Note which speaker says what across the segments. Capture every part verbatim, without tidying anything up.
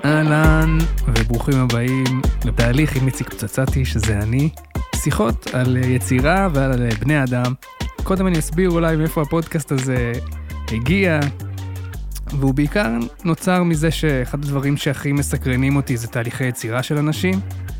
Speaker 1: אהלן, וברוכים הבאים לתהליך עם איציק פצצתי, שזה אני. שיחות על יצירה ועל בני אדם. קודם אני אסביר אולי מאיפה הפודקאסט הזה הגיע, והוא בעיקר נוצר מזה שאחד הדברים שהכי מסקרנים אותי זה תהליכי יצירה של אנשים,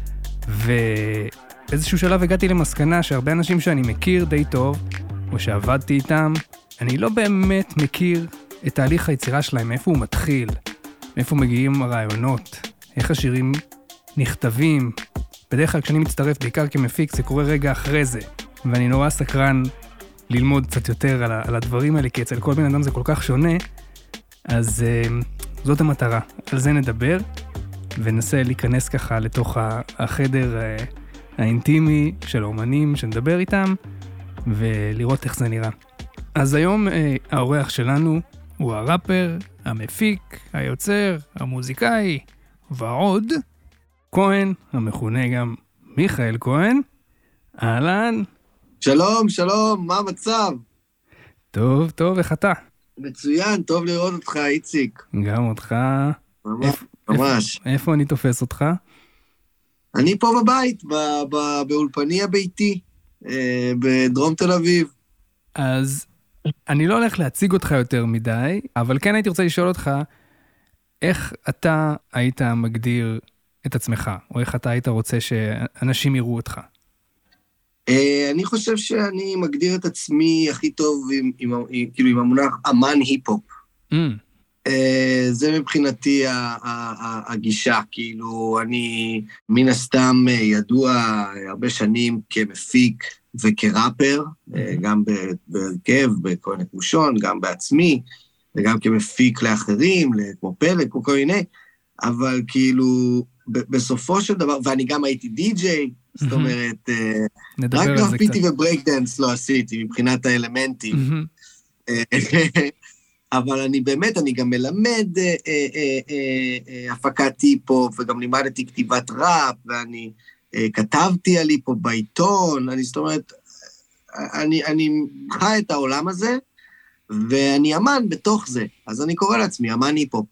Speaker 1: ובאיזשהו שלב הגעתי למסקנה שהרבה אנשים שאני מכיר די טוב, או שעבדתי איתם, אני לא באמת מכיר את תהליך היצירה שלהם, מאיפה הוא מתחיל, מאיפה מגיעים הרעיונות, איך השירים נכתבים. בדרך כלל כשאני מצטרף בעיקר כמפיק, זה קורה רגע אחרי זה, ואני נורא סקרן ללמוד קצת יותר על, על הדברים האלה, כי אצל כל בן אדם זה כל כך שונה, אז uh, זאת המטרה. על זה נדבר, וננסה להיכנס ככה לתוך החדר uh, האינטימי של האומנים שנדבר איתם, ולראות איך זה נראה. אז היום uh, האורח שלנו הוא הראפר, המפיק, היוצר, המוזיקאי, ועוד כהן, המכונה גם מיכאל כהן. אהלן.
Speaker 2: שלום, שלום, מה המצב?
Speaker 1: טוב, טוב, איך אתה?
Speaker 2: מצוין, טוב לראות אותך, איציק.
Speaker 1: גם אותך.
Speaker 2: ממש,
Speaker 1: איפ,
Speaker 2: ממש.
Speaker 1: איפה, איפה אני תופס אותך?
Speaker 2: אני פה בבית, ב- ב- באולפני הביתי, אה, בדרום תל אביב.
Speaker 1: אז אני לא הולך להציג אותך יותר מדי, אבל כן הייתי רוצה לשאול אותך, איך אתה היית מגדיר את עצמך, או איך אתה היית רוצה שאנשים יראו אותך?
Speaker 2: אה, אני חושב שאני מגדיר את עצמי הכי טוב עם, עם, עם, כאילו עם המונח אמן היפ-הופ.
Speaker 1: Mm.
Speaker 2: אה, זה מבחינתי ה- ה- ה- הגישה, כאילו אני מן הסתם ידוע הרבה שנים כמפיק וכראפר, אה, גם ב- בהרכב, בכהן הקושון, גם בעצמי, וגם כמפיק לאחרים, כמו פלג, כמו כל מיני, אבל כאילו ב- בסופו של דבר, ואני גם הייתי די-ג'יי, זאת אומרת, אה,
Speaker 1: נדבר
Speaker 2: רק
Speaker 1: על זה
Speaker 2: גרפיטי
Speaker 1: קצת.
Speaker 2: וברייקדנס לא עשיתי מבחינת האלמנטים.
Speaker 1: מהמם.
Speaker 2: אבל אני באמת, אני גם מלמד אה, אה, אה, אה, אה, הפקת היפ-הופ, וגם לימדתי כתיבת ראפ, ואני אה, כתבתי על היפ-הופ בעיתון, אני זאת אומרת, אני, אני חי את העולם הזה, ואני אמן בתוך זה, אז אני קורא לעצמי, אמן היפ-הופ.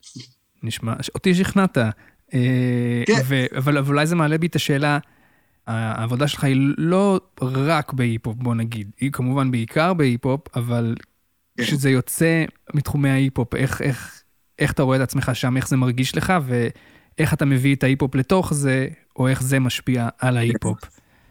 Speaker 1: נשמע, אותי שכנעת. אה,
Speaker 2: כן.
Speaker 1: ו- אבל אבל אולי זה מעלה בי את השאלה, העבודה שלך היא לא רק בהיפ-הופ, בוא נגיד, היא כמובן בעיקר בהיפ-הופ, אבל
Speaker 2: כן.
Speaker 1: כשזה יוצא מתחומי ההיפ-הופ, איך, איך, איך אתה רואה את עצמך שם, איך זה מרגיש לך, ואיך אתה מביא את ההיפ-הופ לתוך זה, או איך זה משפיע על ההיפ-הופ.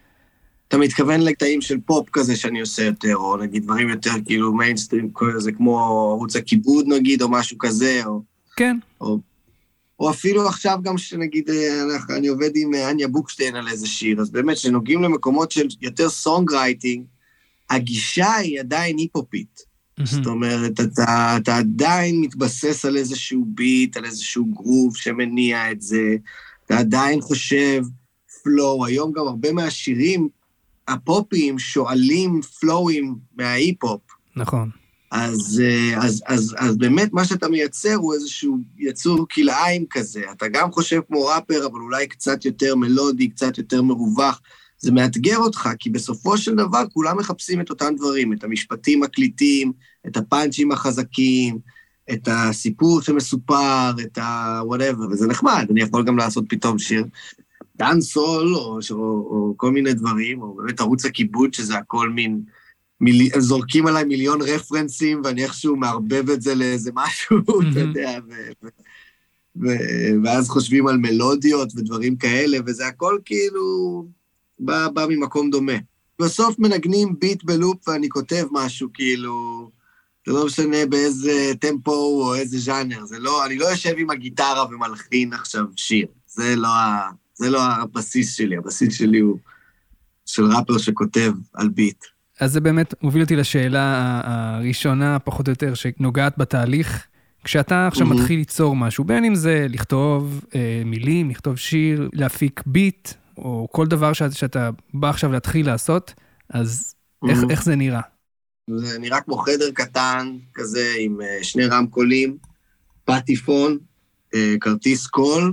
Speaker 2: אתה מתכוון לקטעים של פופ כזה שאני עושה יותר, או נגיד דברים יותר כאילו מיינסטרים, זה כמו ערוץ הכיבוד נגיד, או משהו כזה, או...
Speaker 1: כן.
Speaker 2: או, או אפילו עכשיו גם שנגיד, אני, אני עובד עם אניה בוקשטיין על איזה שיר, אז באמת שנוגעים למקומות של יותר סונג-רייטינג, הגישה היא עדיין היפופית. Mm-hmm. זאת אומרת, אתה, אתה עדיין מתבסס על איזשהו ביט, על איזשהו גרוב שמניע את זה, אתה עדיין חושב פלואו, היום גם הרבה מהשירים הפופיים שואלים פלואוים מההיפ-הופ.
Speaker 1: נכון.
Speaker 2: אז, אז, אז, אז באמת מה שאתה מייצר הוא איזשהו יצור כלאיים כזה. אתה גם חושב כמו ראפר, אבל אולי קצת יותר מלודי, קצת יותר מרווח. זה מאתגר אותך, כי בסופו של דבר כולם מחפשים את אותם דברים, את המשפטים הקליטים, את הפאנצ'ים החזקים, את הסיפור שמסופר, את ה-whatever, וזה נחמד. אני יכול גם לעשות פתאום שיר דאנסול, או, או, או כל מיני דברים, או באמת ערוץ הכיבוד, שזה הכל מין... מיל... זורקים עליי מיליון רפרנסים, ואני איכשהו מערבב את זה לאיזה משהו, אתה יודע, ו... ו... ואז חושבים על מלודיות ודברים כאלה, וזה הכל כאילו בא, בא ממקום דומה. בסוף מנגנים ביט בלופ, ואני כותב משהו כאילו, זה לא משנה באיזה טמפו או איזה ז'אנר, זה לא, אני לא יושב עם הגיטרה ומלחין עכשיו שיר, זה לא, ה... זה לא הבסיס שלי, הבסיס שלי הוא של ראפר שכותב על ביט.
Speaker 1: אז זה באמת מוביל אותי לשאלה הראשונה, פחות או יותר, שנוגעת בתהליך, כשאתה עכשיו
Speaker 2: Mm-hmm.
Speaker 1: מתחיל ליצור משהו, בין אם זה לכתוב אה, מילים, לכתוב שיר, להפיק ביט, או כל דבר שאת, שאתה בא עכשיו להתחיל לעשות, אז mm-hmm. איך, איך זה נראה?
Speaker 2: זה נראה כמו חדר קטן, כזה עם uh, שני רמקולים, פטיפון, uh, כרטיס קול,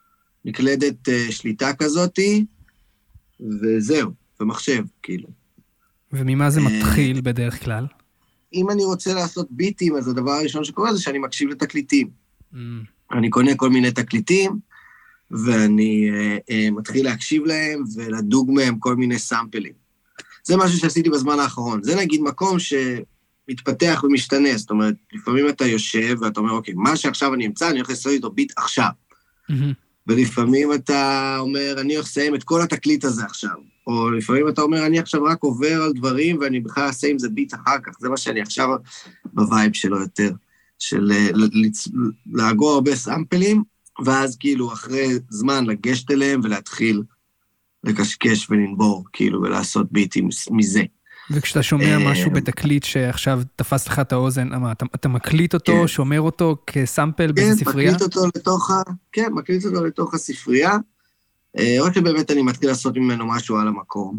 Speaker 2: מקלדת uh, שליטה כזאתי, וזהו, ומחשב, כאילו.
Speaker 1: וממה זה מתחיל בדרך כלל?
Speaker 2: אם אני רוצה לעשות ביטים, אז הדבר הראשון שקורה זה שאני מקשיב לתקליטים. Mm. אני קונה כל מיני תקליטים, ואני אה, אה, מתחיל להקשיב להם, ולדוג מהם כל מיני סאמפלים. זה משהו שעשיתי בזמן האחרון. זה נגיד מקום שמתפתח ומשתנה, זאת אומרת, לפעמים אתה יושב, ואתה אומר, אוקיי, מה שעכשיו אני אמצא, אני הולך לעשות איתו ביט עכשיו. Mm-hmm. ולפעמים אתה אומר, אני הולך לסיים את כל התקליט הזה עכשיו. או לפעמים אתה אומר, אני עכשיו רק עובר על דברים, ואני בכלל אעשה עם זה ביט אחר כך. זה מה שאני עכשיו בווייב שלו יותר, של לאגור הרבה סאמפלים, ואז כאילו אחרי זמן לגשת אליהם ולהתחיל לקשקש ולנבור, כאילו, ולעשות ביטים מזה.
Speaker 1: וכשאתה שומע משהו בתקליט שעכשיו תפס לך את האוזן, אתה, אתה מקליט אותו, שומר אותו כסמפל באיזה ספרייה?
Speaker 2: כן, מקליט אותו לתוך, כן, מקליט אותו לתוך הספרייה, או שבאמת אני מתחיל לעשות ממנו משהו על המקום.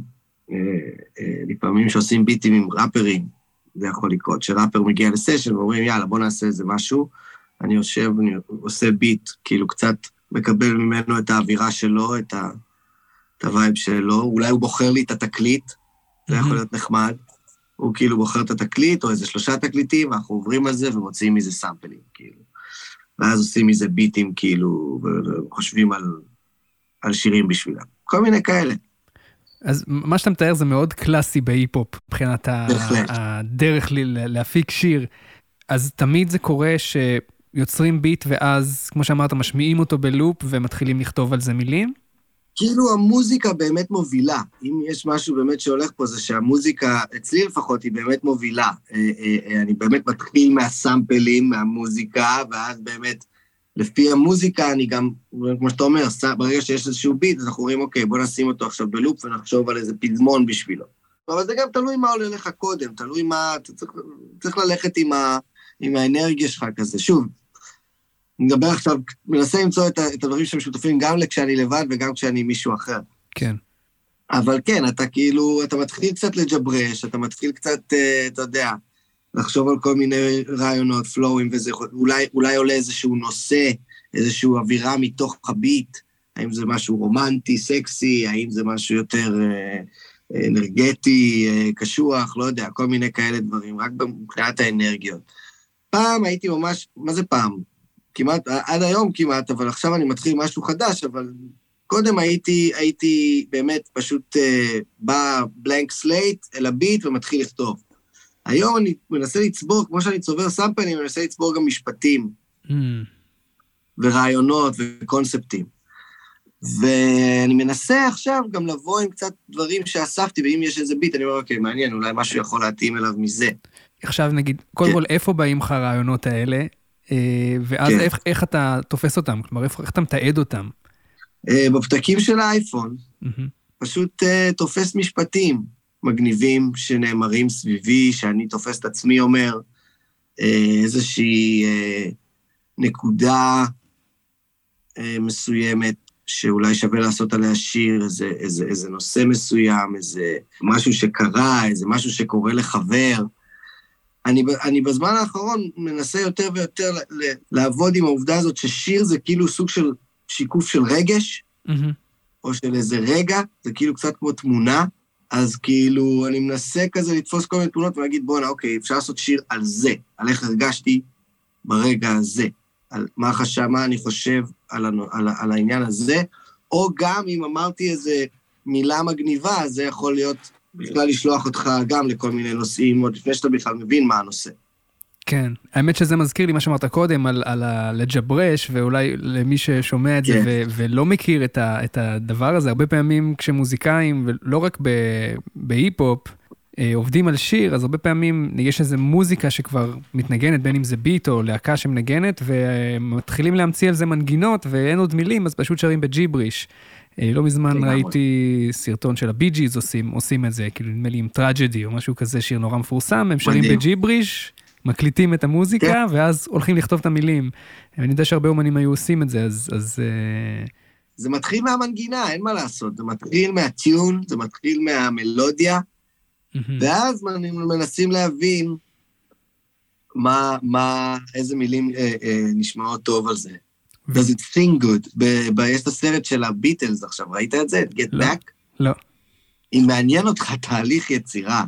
Speaker 2: לפעמים שעושים ביטים עם ראפרים, זה יכול לקרות, שראפר מגיע לסשן ואומרים, יאללה, בוא נעשה איזה משהו, אני יושב, אני עושה ביט, כאילו קצת מקבל ממנו את האווירה שלו, את ה... את הווייב שלו, אולי הוא בוחר לי את התקליט, זה יכול להיות נחמד, הוא כאילו בוחר את התקליט, או איזה שלושה תקליטים, ואנחנו עוברים על זה ומוצאים מזה סאמפלים, כאילו. ואז עושים מזה ביטים, כאילו, וחושבים על, על שירים בשבילם. כל מיני כאלה.
Speaker 1: אז מה שאתה מתאר זה מאוד קלאסי בהיפ-הופ, מבחינת הדרך להפיק שיר. אז תמיד זה קורה שיוצרים ביט, ואז, כמו שאמרת, משמיעים אותו בלופ, ומתחילים לכתוב על זה מילים?
Speaker 2: כאילו המוזיקה באמת מובילה. אם יש משהו באמת שהולך פה, זה שהמוזיקה, אצלי לפחות, היא באמת מובילה. אני באמת מתחיל מהסאמפלים, מהמוזיקה, ואז באמת, לפי המוזיקה, אני גם, כמו שאתה אומר, ברגע שיש איזשהו ביט, אז אנחנו אומרים, אוקיי, בוא נשים אותו עכשיו בלופ, ונחשוב על איזה פזמון בשבילו. אבל זה גם תלוי מה עולה לך קודם, תלוי מה, אתה צריך, צריך ללכת עם, ה, עם האנרגיה שלך כזה. שוב, אני מדבר עכשיו, מנסה למצוא את, את הדברים שמשותפים גם כשאני לבד וגם כשאני מישהו אחר.
Speaker 1: כן.
Speaker 2: אבל כן, אתה כאילו, אתה מתחיל קצת לג'ברש, אתה מתחיל קצת, אתה יודע, לחשוב על כל מיני רעיונות, פלואים וזה, אולי, אולי עולה איזשהו נושא, איזשהו אווירה מתוך הביט, האם זה משהו רומנטי, סקסי, האם זה משהו יותר אה, אנרגטי, אה, קשוח, לא יודע, כל מיני כאלה דברים, רק מבחינת האנרגיות. פעם הייתי ממש, מה זה פעם? כמעט, עד היום כמעט, אבל עכשיו אני מתחיל משהו חדש, אבל קודם הייתי, הייתי באמת פשוט אה, בא בלנק סלייט אל הביט ומתחיל לכתוב. היום אני מנסה לצבור, כמו שאני צובר סאמפלים, אני מנסה לצבור גם משפטים, mm. ורעיונות וקונספטים. ואני מנסה עכשיו גם לבוא עם קצת דברים שאספתי, ואם יש איזה ביט, אני אומר, אוקיי, מעניין, אולי משהו יכול להתאים אליו מזה.
Speaker 1: עכשיו נגיד, קודם כל, איפה באים לך הרעיונות האלה, ואז
Speaker 2: כן.
Speaker 1: איך, איך אתה תופס אותם? כלומר, איך, איך אתה מתעד אותם?
Speaker 2: בפתקים של האייפון, mm-hmm. פשוט uh, תופס משפטים מגניבים שנאמרים סביבי, שאני תופס את עצמי אומר, uh, איזושהי uh, נקודה uh, מסוימת, שאולי שווה לעשות עליה שיר, איזה, איזה, איזה נושא מסוים, איזה משהו שקרה, איזה משהו שקורה לחבר. אני, אני בזמן האחרון מנסה יותר ויותר לעבוד עם העובדה הזאת ששיר זה כאילו סוג של שיקוף של רגש, mm-hmm. או של איזה רגע, זה כאילו קצת כמו תמונה, אז כאילו אני מנסה כזה לתפוס כל מיני תמונות ולהגיד, בוא'נה, אוקיי, אפשר לעשות שיר על זה, על איך הרגשתי ברגע הזה, על מה חשב, מה אני חושב על, על, על העניין הזה, או גם אם אמרתי איזה מילה מגניבה, זה יכול להיות בכלל לשלוח אותך גם לכל מיני נושאים, עוד לפני שאתה בכלל מבין מה הנושא.
Speaker 1: כן, האמת שזה מזכיר לי מה שאמרת קודם, על, על לג'ברש, ואולי למי ששומע את זה ו- ולא מכיר את, ה- את הדבר הזה, הרבה פעמים כשמוזיקאים, ולא רק בהיפ-הופ, עובדים על שיר, אז הרבה פעמים יש איזו מוזיקה שכבר מתנגנת, בין אם זה ביט או להקה שמנגנת, ומתחילים להמציא על זה מנגינות, ואין עוד מילים, אז פשוט שרים בג'יבריש. לא מזמן ראיתי סרטון של הבי ג'יז עושים, עושים את זה, כאילו נדמה לי עם טרג'די או משהו כזה, שיר נורא מפורסם, הם שרים בג'יבריש, מקליטים את המוזיקה, כן. ואז הולכים לכתוב את המילים. אני יודע שהרבה אומנים היו עושים את זה, אז... אז
Speaker 2: זה מתחיל מהמנגינה, אין מה לעשות. זה מתחיל מהטיון, זה מתחיל מהמלודיה, mm-hmm. ואז מנסים להבין מה, מה, איזה מילים אה, אה, נשמעות טוב על זה. Does it sing good? ב- ב- יש את הסרט של הביטלס עכשיו, ראית את זה? Get
Speaker 1: לא,
Speaker 2: Back?
Speaker 1: לא.
Speaker 2: אם מעניין אותך תהליך יצירה,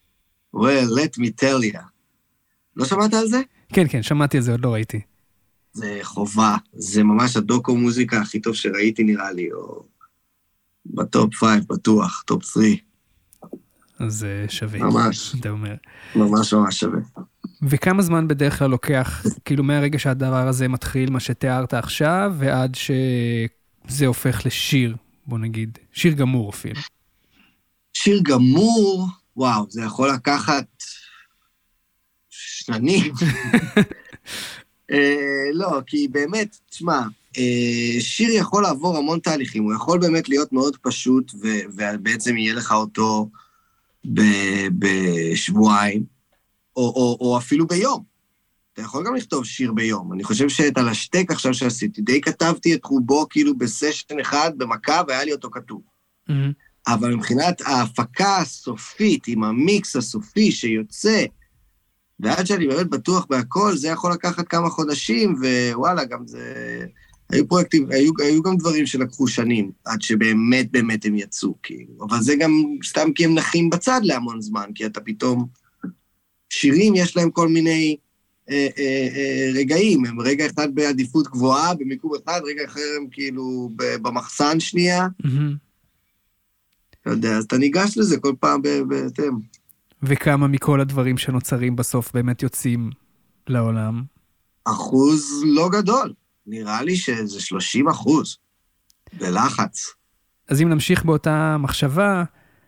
Speaker 2: well, let me tell you. לא שמעת על זה?
Speaker 1: כן, כן, שמעתי על זה, עוד לא ראיתי.
Speaker 2: זה חובה, זה ממש הדוקו מוזיקה הכי טוב שראיתי נראה לי, או בטופ פייב, בטוח, טופ תרי.
Speaker 1: אז זה שווה.
Speaker 2: ממש.
Speaker 1: אתה אומר.
Speaker 2: ממש ממש שווה.
Speaker 1: וכמה זמן בדרך כלל לוקח, כאילו מהרגע שהדבר הזה מתחיל, מה שתיארת עכשיו, ועד שזה הופך לשיר, בוא נגיד, שיר גמור אפילו.
Speaker 2: שיר גמור, וואו, זה יכול לקחת שנים. לא, כי באמת, תשמע, שיר יכול לעבור המון תהליכים, הוא יכול באמת להיות מאוד פשוט, ובעצם יהיה לך אותו בשבועיים, או אפילו ביום. אתה יכול גם לכתוב שיר ביום. אני חושב שאת על השטק עכשיו שעשיתי, די כתבתי את רובו כאילו בסשן אחד, במכה, והיה לי אותו כתוב. אבל מבחינת ההפקה הסופית, עם המיקס הסופי שיוצא, ועד שאני באמת בטוח בהכל, זה יכול לקחת כמה חודשים, ווואלה, גם זה... היו פרויקטים, היו, היו גם דברים שלקחו שנים, עד שבאמת באמת הם יצאו, כאילו. אבל זה גם סתם כי הם נחים בצד להמון זמן, כי אתה פתאום... שירים יש להם כל מיני אה, אה, אה, רגעים, הם רגע אחד בעדיפות גבוהה, במיקום אחד, רגע אחר הם כאילו במחסן שנייה. Mm-hmm. אתה יודע, אז אתה ניגש לזה כל פעם בהתאם.
Speaker 1: וכמה מכל הדברים שנוצרים בסוף באמת יוצאים לעולם?
Speaker 2: אחוז לא גדול. נראה לי שזה שלושים אחוז. בלחץ.
Speaker 1: אז אם נמשיך באותה מחשבה,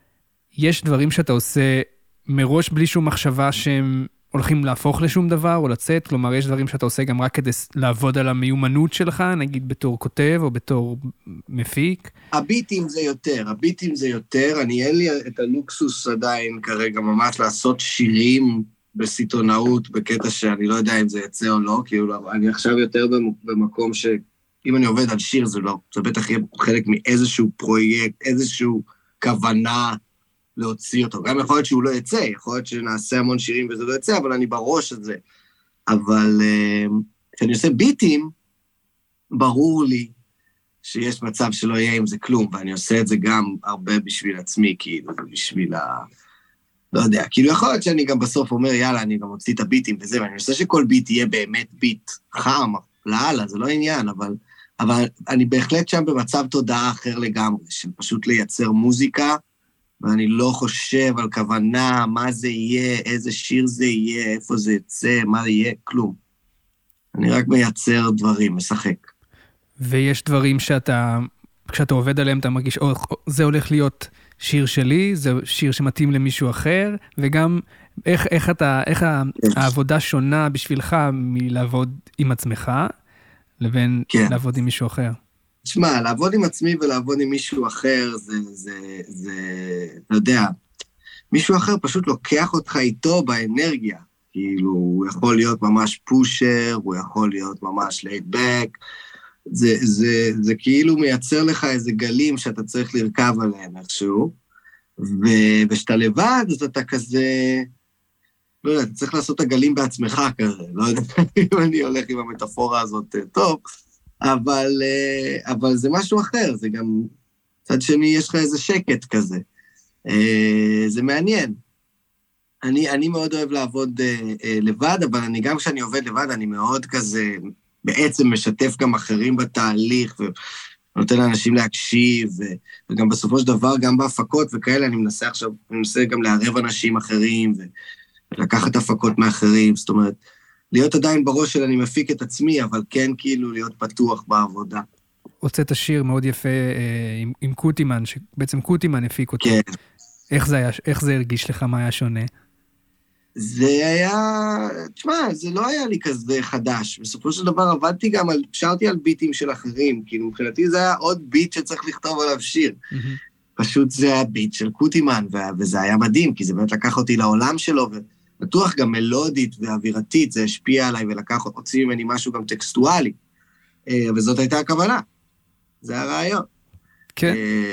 Speaker 1: יש דברים שאתה עושה מראש בלי שום מחשבה שהם הולכים להפוך לשום דבר או לצאת? כלומר, יש דברים שאתה עושה גם רק כדי לעבוד על המיומנות שלך, נגיד בתור כותב או בתור מפיק?
Speaker 2: הביטים זה יותר, הביטים זה יותר. אני אין לי את הלוקסוס עדיין כרגע ממש לעשות שירים בסיטונאות, בקטע שאני לא יודע אם זה יצא או לא, כאילו אני עכשיו יותר במקום שאם אני עובד על שיר זה לא, זה בטח יהיה חלק מאיזשהו פרויקט, איזשהו כוונה להוציא אותו. גם יכול להיות שהוא לא יצא, יכול להיות שנעשה המון שירים וזה לא יצא, אבל אני בראש את זה. אבל כשאני עושה ביטים, ברור לי שיש מצב שלא יהיה עם זה כלום, ואני עושה את זה גם הרבה בשביל עצמי, כאילו, בשביל ה... לא יודע, כאילו יכול להיות שאני גם בסוף אומר, יאללה, אני גם מוציא את הביטים וזה, ואני עושה שכל ביט יהיה באמת ביט חם, לאללה, זה לא עניין, אבל, אבל אני בהחלט שם במצב תודעה אחר לגמרי, של פשוט לייצר מוזיקה, ואני לא חושב על כוונה, מה זה יהיה, איזה שיר זה יהיה, איפה זה יצא, מה יהיה, כלום. אני רק מייצר דברים, משחק.
Speaker 1: ויש דברים שאתה, כשאתה עובד עליהם, אתה מרגיש, או, זה הולך להיות שיר שלי, זה שיר שמתאים למישהו אחר, וגם איך, איך אתה, איך העבודה שונה בשבילך מלעבוד עם עצמך, לבין כן. לעבוד עם מישהו אחר.
Speaker 2: תשמע, לעבוד עם עצמי ולעבוד עם מישהו אחר, זה, זה, זה, אתה יודע, מישהו אחר פשוט לוקח אותך איתו באנרגיה, כאילו, הוא יכול להיות ממש פושר, הוא יכול להיות ממש לייט-בק, זה, זה, זה כאילו מייצר לך איזה גלים שאתה צריך לרכב עליהם איכשהו, וכשאתה לבד, אז אתה כזה, לא יודע, אתה צריך לעשות את הגלים בעצמך כזה, לא יודע אם אני הולך עם המטאפורה הזאת טוב, אבל, אבל זה משהו אחר, זה גם, צד שני יש לך איזה שקט כזה, זה מעניין. אני, אני מאוד אוהב לעבוד לבד, אבל אני גם כשאני עובד לבד, אני מאוד כזה, בעצם משתף גם אחרים בתהליך, ונותן לאנשים להקשיב, וגם בסופו של דבר, גם בהפקות וכאלה, אני מנסה עכשיו, אני מנסה גם לערב אנשים אחרים, ולקחת הפקות מאחרים, זאת אומרת, להיות עדיין בראש של אני מפיק את עצמי, אבל כן כאילו להיות פתוח בעבודה.
Speaker 1: הוצאת שיר מאוד יפה עם, עם קוטימן, שבעצם קוטימן הפיק אותו.
Speaker 2: כן.
Speaker 1: איך זה היה, איך זה הרגיש לך, מה היה שונה?
Speaker 2: זה היה, תשמע, זה לא היה לי כזה חדש. בסופו של דבר עבדתי גם על, שרתי על ביטים של אחרים, כאילו מבחינתי זה היה עוד ביט שצריך לכתוב עליו שיר. Mm-hmm. פשוט זה היה ביט של קוטימן, וזה היה מדהים, כי זה באמת לקח אותי לעולם שלו, ובטוח גם מלודית ואווירתית, זה השפיע עליי ולקח, הוציא ממני משהו גם טקסטואלי. וזאת הייתה הכוונה. זה הרעיון.
Speaker 1: כן.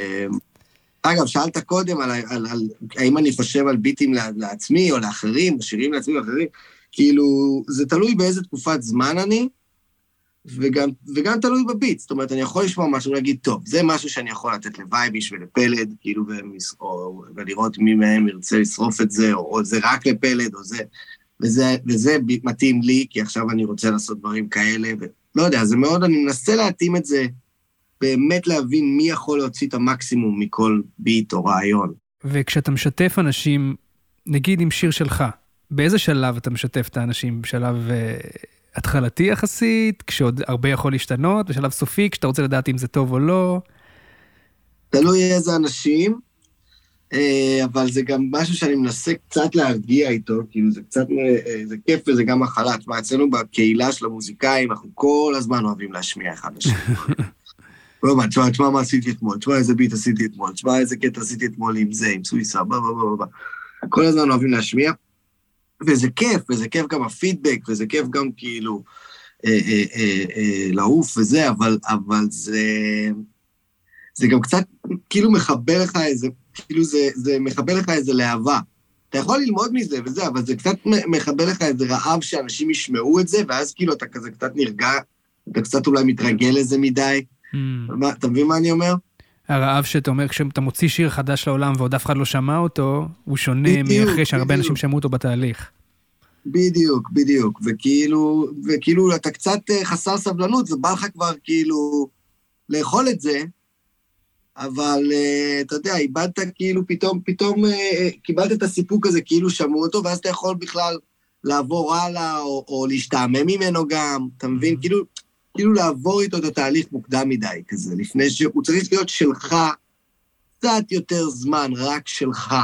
Speaker 2: אגב, שאלת קודם על, על, על, האם אני חושב על ביטים לעצמי או לאחרים, שירים לעצמי ואחרים, כאילו, זה תלוי באיזה תקופת זמן אני, וגם, וגם תלוי בביט, זאת אומרת, אני יכול לשמוע משהו ולהגיד, טוב, זה משהו שאני יכול לתת לווייביש ולפלד, כאילו, או, ולראות מי מהם ירצה לשרוף את זה, או, או זה רק לפלד, או זה, וזה, וזה מתאים לי, כי עכשיו אני רוצה לעשות דברים כאלה, לא יודע, זה מאוד, אני מנסה להתאים את זה, באמת להבין מי יכול להוציא את המקסימום מכל ביט או רעיון.
Speaker 1: וכשאתה משתף אנשים, נגיד עם שיר שלך, באיזה שלב אתה משתף את האנשים? בשלב uh, התחלתי יחסית, כשעוד הרבה יכול להשתנות, בשלב סופי, כשאתה רוצה לדעת אם זה טוב או לא?
Speaker 2: תלוי איזה אנשים, אבל זה גם משהו שאני מנסה קצת להרגיע איתו, כאילו זה קצת, זה כיף וזה גם מחלה. תשמע, אצלנו בקהילה של המוזיקאים, אנחנו כל הזמן אוהבים להשמיע אחד לשני. לא, תשמע, תשמע מה עשיתי אתמול, תשמע איזה ביט עשיתי אתמול, תשמע איזה קטע עשיתי אתמול עם זה, עם סוויסה, בא, בא, בא, בא. כל הזמן אוהבים להשמיע, וזה כיף, וזה כיף גם הפידבק, וזה כיף גם כאילו לעוף וזה, אבל זה... זה גם קצת, כאילו מחבר לך איזה, כאילו זה, זה מחבר לך איזה להבה. אתה יכול ללמוד מזה וזה, אבל זה קצת מחבר לך איזה רעב שאנשים ישמעו את זה, ואז כאילו אתה כזה קצת נרגע, אתה קצת אולי מתרגל לזה מדי. Mm. מה, אתה מבין מה אני אומר?
Speaker 1: הרעב שאתה אומר, כשאתה מוציא שיר חדש לעולם ועוד אף אחד לא שמע אותו, הוא שונה מאחרי שהרבה אנשים שמעו אותו בתהליך.
Speaker 2: בדיוק, בדיוק. וכאילו, וכאילו אתה קצת חסר סבלנות, ובא לך כבר כאילו לאכול את זה, אבל uh, אתה יודע, איבדת כאילו פתאום, פתאום uh, קיבלת את הסיפוק הזה, כאילו שמעו אותו, ואז אתה יכול בכלל לעבור הלאה, או, או להשתעמם ממנו גם, אתה מבין? Mm-hmm. כאילו, כאילו לעבור איתו את התהליך מוקדם מדי כזה, לפני שהוא צריך להיות שלך, קצת יותר זמן, רק שלך,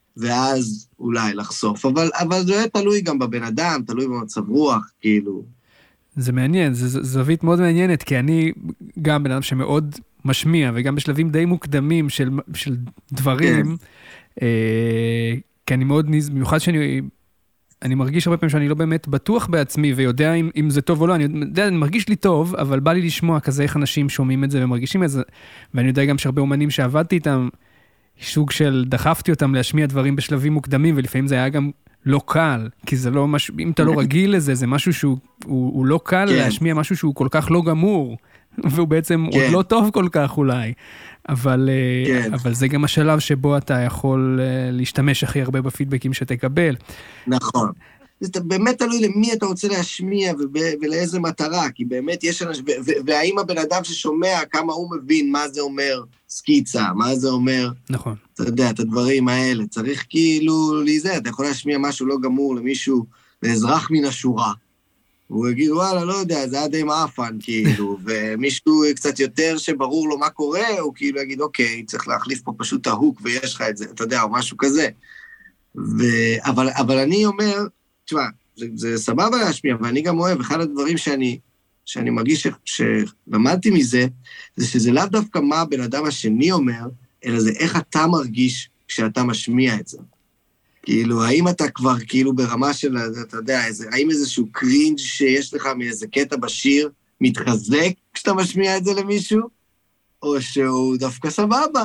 Speaker 2: ואז אולי לחשוף. אבל, אבל זה תלוי גם בבן אדם, תלוי במצב רוח, כאילו.
Speaker 1: זה מעניין, זו זווית מאוד מעניינת, כי אני גם בן אדם שמאוד משמיע, וגם בשלבים די מוקדמים של, של דברים, כן. אה, כי אני מאוד, במיוחד שאני אני מרגיש הרבה פעמים שאני לא באמת בטוח בעצמי, ויודע אם, אם זה טוב או לא, אני יודע, אני מרגיש לי טוב, אבל בא לי לשמוע כזה איך אנשים שומעים את זה ומרגישים את זה, ואני יודע גם שהרבה אומנים שעבדתי איתם, סוג של דחפתי אותם להשמיע דברים בשלבים מוקדמים, ולפעמים זה היה גם לא קל, כי זה לא משהו, אם אתה לא רגיל לזה, זה משהו שהוא הוא, הוא לא קל כן. להשמיע משהו שהוא כל כך לא גמור, והוא בעצם כן. עוד לא טוב כל כך אולי, אבל, כן. אבל זה גם השלב שבו אתה יכול להשתמש הכי הרבה בפידבקים שתקבל.
Speaker 2: נכון. זה באמת תלוי למי אתה רוצה להשמיע ולאיזה מטרה, כי באמת יש אנשים, והאם הבן אדם ששומע כמה הוא מבין מה זה אומר סקיצה, מה זה אומר,
Speaker 1: נכון.
Speaker 2: אתה יודע, את הדברים האלה, צריך כאילו להיזהר, אתה יכול להשמיע משהו לא גמור למישהו, לאזרח מן השורה, והוא יגיד, וואלה, לא יודע, זה היה די מאפן, כאילו, ומישהו קצת יותר שברור לו מה קורה, הוא כאילו יגיד, אוקיי, צריך להחליף פה פשוט ההוק, ויש לך את זה, אתה יודע, או משהו כזה. ו... אבל, אבל אני אומר, תשמע, זה, זה סבבה להשמיע, ואני גם אוהב, אחד הדברים שאני, שאני מרגיש ש... שלמדתי מזה, זה שזה לאו דווקא מה הבן אדם השני אומר, אלא זה איך אתה מרגיש כשאתה משמיע את זה. כאילו, האם אתה כבר כאילו ברמה של, אתה יודע, איזה, האם איזשהו קרינג' שיש לך מאיזה קטע בשיר מתחזק כשאתה משמיע את זה למישהו, או שהוא דווקא סבבה,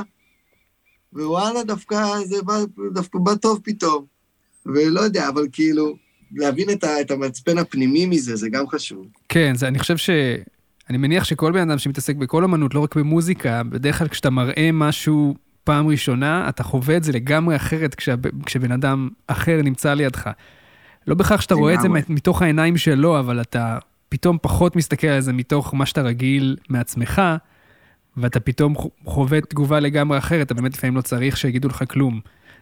Speaker 2: ווואלה, דווקא זה בא, דווקא בא טוב פתאום, ולא יודע, אבל כאילו, להבין את, ה, את המצפן הפנימי מזה, זה גם חשוב.
Speaker 1: כן, זה, אני חושב ש... אני מניח שכל בן אדם שמתעסק בכל אמנות, לא רק במוזיקה, בדרך כלל כשאתה מראה משהו פעם ראשונה, אתה חווה את זה לגמרי אחרת כשה, כשבן אדם אחר נמצא לידך. לא בכך שאתה רואה את זה מתוך העיניים שלו, אבל אתה פתאום פחות מסתכל על זה מתוך מה שאתה רגיל מעצמך, ואתה פתאום חווה תגובה לגמרי אחרת, אתה באמת לפעמים לא צריך שיגידו לך כלום.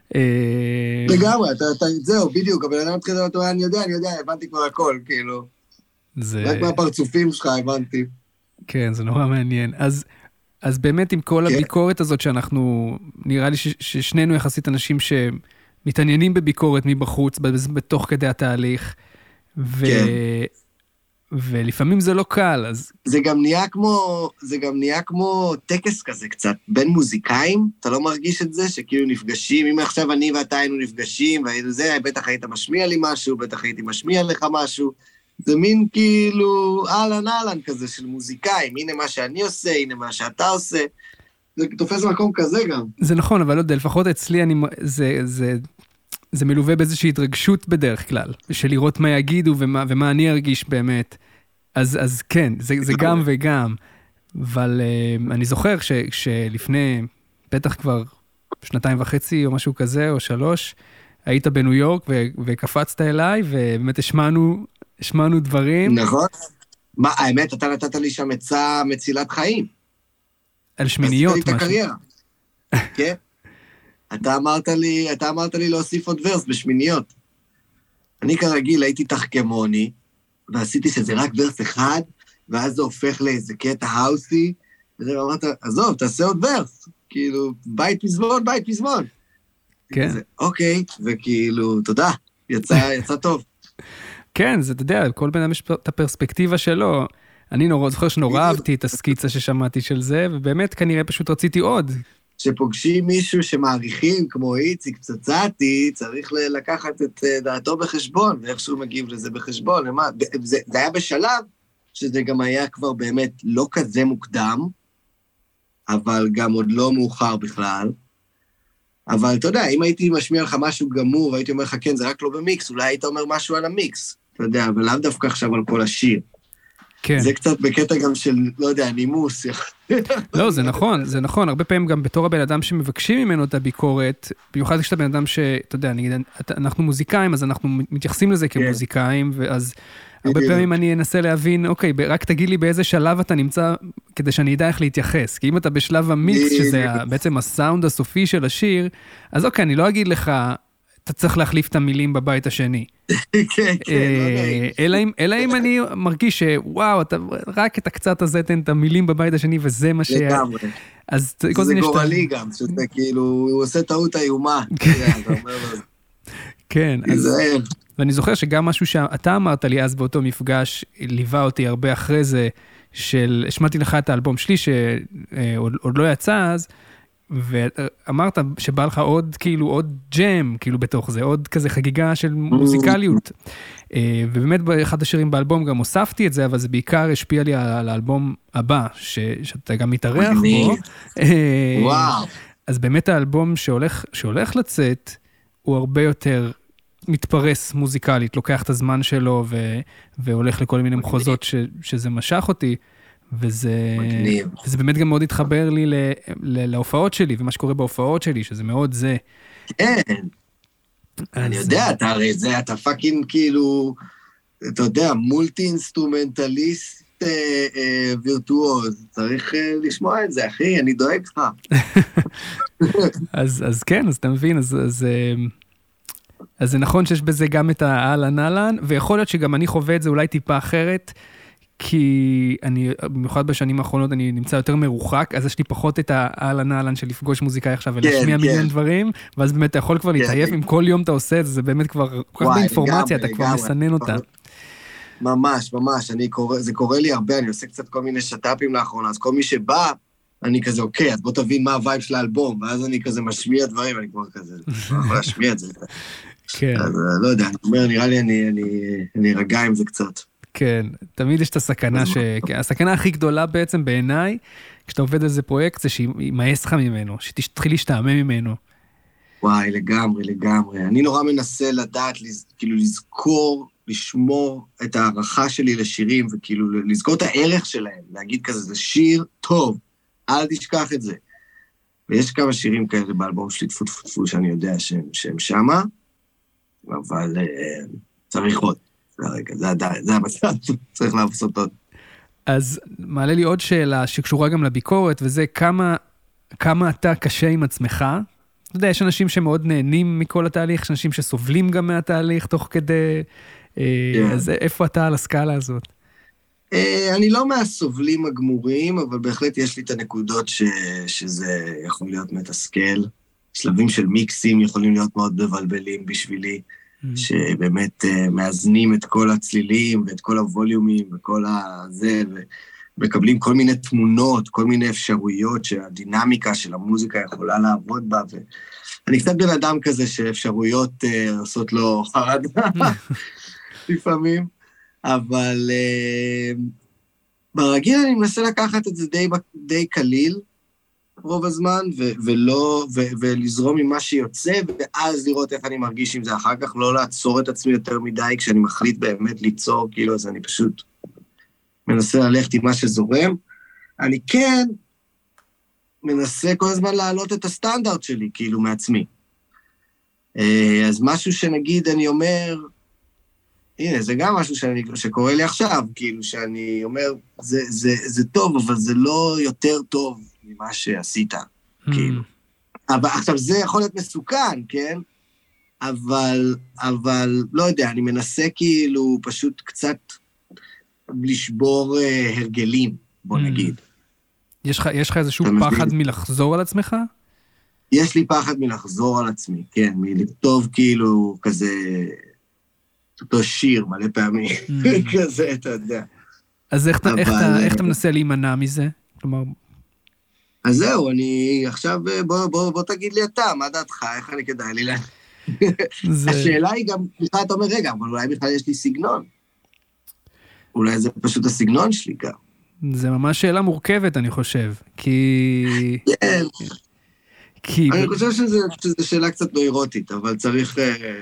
Speaker 2: לגמרי, אתה, אתה, זהו, בדיוק, אבל אני מתחיל לדעת, אני יודע, אני יודע, הבנתי כבר הכל, כאילו. זה... רק מהפרצופים שלך הבנתי.
Speaker 1: כן, זה נורא מעניין. אז, אז באמת עם כל כן. הביקורת הזאת שאנחנו, נראה לי ש, ששנינו יחסית אנשים שמתעניינים בביקורת מבחוץ, בתוך כדי התהליך, ו... כן. ולפעמים זה לא קל, אז... זה גם
Speaker 2: נהיה כמו, זה גם נהיה כמו טקס כזה קצת, בין מוזיקאים, אתה לא מרגיש את זה, שכאילו נפגשים, אם עכשיו אני ואתה היינו נפגשים, וזה, בטח היית משמיע לי משהו, בטח הייתי משמיע לך משהו, זה מין כאילו אהלן אהלן כזה של מוזיקאים, הנה מה שאני עושה, הנה מה שאתה עושה, זה תופס מקום כזה גם.
Speaker 1: זה נכון, אבל לא יודע, לפחות אצלי אני, זה, זה, זה מלווה באיזושהי התרגשות בדרך כלל, של לראות מה יגידו ומה, ומה אני ארגיש באמת. אז, אז כן, זה, זה גם וגם, אבל uh, אני זוכר ש, שלפני, בטח כבר שנתיים וחצי או משהו כזה, או שלוש, היית בניו יורק ו, וקפצת אליי, ובאמת השמענו, השמענו דברים.
Speaker 2: נכון, מה, האמת, אתה נתת לי שם עצה מצילת חיים.
Speaker 1: על שמיניות,
Speaker 2: משהו. עשית לי את הקריירה. כן? אתה אמרת לי, אתה אמרת לי להוסיף עוד ורס בשמיניות. אני כרגיל הייתי תחכמוני, ועשיתי שזה רק ורס אחד, ואז זה הופך לאיזה קטע האוסי, וזה אמרת, עזוב, תעשה עוד ורס. כאילו, בית פזמון, בית פזמון.
Speaker 1: כן.
Speaker 2: כזה, אוקיי, וכאילו, תודה, יצא, יצא טוב.
Speaker 1: כן, זה, אתה יודע, כל בן אדם יש את הפרספקטיבה שלו. אני נורא, זוכר שנורא אהבתי את הסקיצה ששמעתי של זה, ובאמת כנראה פשוט רציתי עוד. כשפוגשים
Speaker 2: מישהו שמעריכים, כמו איציק פצצתי, צריך לקחת את דעתו בחשבון, ואיכשהו מגיב לזה בחשבון. למה? זה, זה היה בשלב שזה גם היה כבר באמת לא כזה מוקדם, אבל גם עוד לא מאוחר בכלל. אבל אתה יודע, אם הייתי משמיע לך משהו גמור, הייתי אומר לך, כן, זה רק לא במיקס, אולי היית אומר משהו על המיקס, אתה יודע, אבל לאו דווקא עכשיו על כל השיר.
Speaker 1: כן.
Speaker 2: זה קצת בקטע גם של, לא יודע, נימוס.
Speaker 1: לא, זה נכון, זה נכון. הרבה פעמים גם בתור הבן אדם שמבקשים ממנו את הביקורת, במיוחד כשאתה בן אדם שאתה יודע, נגיד, אנחנו מוזיקאים, אז אנחנו מתייחסים לזה כמוזיקאים, ואז הרבה פעמים אני אנסה להבין, אוקיי, רק תגיד לי באיזה שלב אתה נמצא, כדי שאני אדע איך להתייחס. כי אם אתה בשלב המיקס, שזה בעצם הסאונד הסופי של השיר, אז אוקיי, אני לא אגיד לך, אתה צריך להחליף את המילים בבית השני.
Speaker 2: כן, כן,
Speaker 1: לא נעים. אלא אם אני מרגיש שוואו, רק את הקצת הזה תן את המילים בבית השני, וזה מה ש...
Speaker 2: לגמרי. זה גורלי גם, שזה כאילו, הוא עושה טעות איומה.
Speaker 1: כן, אז... ואני זוכר שגם משהו שאתה אמרת לי אז באותו מפגש, ליווה אותי הרבה אחרי זה, של... השמעתי לך את האלבום שלי, שעוד לא יצא אז, ואמרת שבא לך עוד, כאילו, עוד ג'ם, כאילו, בתוך זה, עוד כזה חגיגה של מוזיקליות. ובאמת, באחד השירים באלבום גם הוספתי את זה, אבל זה בעיקר השפיע לי על האלבום הבא, שאתה גם מתארח בו.
Speaker 2: וואו.
Speaker 1: אז באמת האלבום שהולך, שהולך לצאת, הוא הרבה יותר מתפרס מוזיקלית, לוקח את הזמן שלו, והולך לכל מיני מחוזות שזה משך אותי. וזה, וזה באמת גם מאוד התחבר לי ל, ל, להופעות שלי, ומה שקורה בהופעות שלי, שזה מאוד זה.
Speaker 2: כן. אני יודע, אתה הרי זה, אתה פאקינג כאילו, אתה יודע, מולטי אינסטרומנטליסט אה, אה, וירטואוז, צריך אה, לשמוע את זה, אחי, אני דואג לך.
Speaker 1: אז, אז כן, אז אתה מבין, אז, אז, אז זה נכון שיש בזה גם את האלן אלן, ויכול להיות שגם אני חווה את זה אולי טיפה אחרת, כי אני, במיוחד בשנים האחרונות, אני נמצא יותר מרוחק, אז יש לי פחות את האלן אלן של לפגוש מוזיקאי עכשיו, ולשמיע מיליון דברים, ואז באמת אתה יכול כבר להתעייף, אם כל יום אתה עושה את זה, זה באמת כבר, כל כך באינפורמציה, אתה כבר מסנן אותה.
Speaker 2: ממש, ממש, זה קורה לי הרבה, אני עושה קצת כל מיני שטאפים לאחרונה, אז כל מי שבא, אני כזה, אוקיי, אז בוא תבין מה הווייב של האלבום, ואז אני כזה משמיע דברים, אני כבר כזה, לא יכול להשמיע את זה.
Speaker 1: כן.
Speaker 2: אז לא יודע, אני אומר, נראה לי, אני רגע עם זה קצת.
Speaker 1: כן, תמיד יש את הסכנה, ש... הסכנה הכי גדולה בעצם בעיניי, כשאתה עובד על זה פרויקט, זה שימאס לך ממנו, שתתחיל להשתעמם ממנו.
Speaker 2: וואי, לגמרי, לגמרי. אני נורא מנסה לדעת, כאילו לזכור, לשמור את הערכה שלי לשירים, וכאילו לזכור את הערך שלהם, להגיד כזה, זה שיר טוב, אל תשכח את זה. ויש כמה שירים כאלה באלבום שלי, טפו טפו טפו, שאני יודע שהם, שהם שמה, אבל uh, צריך עוד. רגע, זה עדיין, זה המצב, צריך לעשות עוד.
Speaker 1: אז מעלה לי עוד שאלה שקשורה גם לביקורת, וזה כמה, כמה אתה קשה עם עצמך. אתה יודע, יש אנשים שמאוד נהנים מכל התהליך, יש אנשים שסובלים גם מהתהליך תוך כדי, אז איפה אתה על הסקאלה הזאת?
Speaker 2: אני לא מהסובלים הגמורים, אבל בהחלט יש לי את הנקודות שזה יכול להיות מתסכל. שלבים של מיקסים יכולים להיות מאוד מבלבלים בשבילי, שבאמת מאזנים את כל הצלילים ואת כל הווליומים וכל הזה, ומקבלים כל מיני תמונות, כל מיני אפשרויות שהדינמיקה של המוזיקה יכולה לעבוד בה, ואני קצת בן אדם כזה שאפשרויות עושות לו חרדה לפעמים, אבל ברגיל אני מנסה לקחת את זה די, די קליל, רוב הזמן, ו- ולא, ו- ולזרום עם מה שיוצא, ואז לראות איך אני מרגיש עם זה אחר כך, לא לעצור את עצמי יותר מדי, כשאני מחליט באמת ליצור, כאילו, אז אני פשוט מנסה ללכת עם מה שזורם. אני כן מנסה כל הזמן להעלות את הסטנדרט שלי, כאילו, מעצמי. אז משהו שנגיד, אני אומר, הנה, זה גם משהו שאני, שקורה לי עכשיו, כאילו שאני אומר, זה, זה, זה טוב, אבל זה לא יותר טוב ממה שעשית, mm. כאילו. אבל עכשיו, זה יכול להיות מסוכן, כן? אבל, אבל, לא יודע, אני מנסה כאילו פשוט קצת לשבור uh, הרגלים, בוא mm. נגיד.
Speaker 1: יש לך, יש לך איזשהו פחד מבין? מלחזור על עצמך?
Speaker 2: יש לי פחד מלחזור על עצמי, כן, מלכתוב כאילו כזה, אותו שיר מלא פעמים, mm. כזה, אתה יודע.
Speaker 1: אז איך, אבל... איך, אתה, איך אתה מנסה להימנע מזה? כלומר...
Speaker 2: אז זהו, אני עכשיו, בוא, בוא, בוא תגיד לי אתה, מה דעתך, איך אני כדאי לי לה... זה... השאלה היא גם, בכלל אתה אומר, רגע, אבל אולי בכלל יש לי סגנון. אולי זה פשוט הסגנון שלי גם.
Speaker 1: זה ממש שאלה מורכבת, אני חושב, כי...
Speaker 2: כן. כי... אני חושב שזו שאלה קצת נוירוטית, אבל צריך...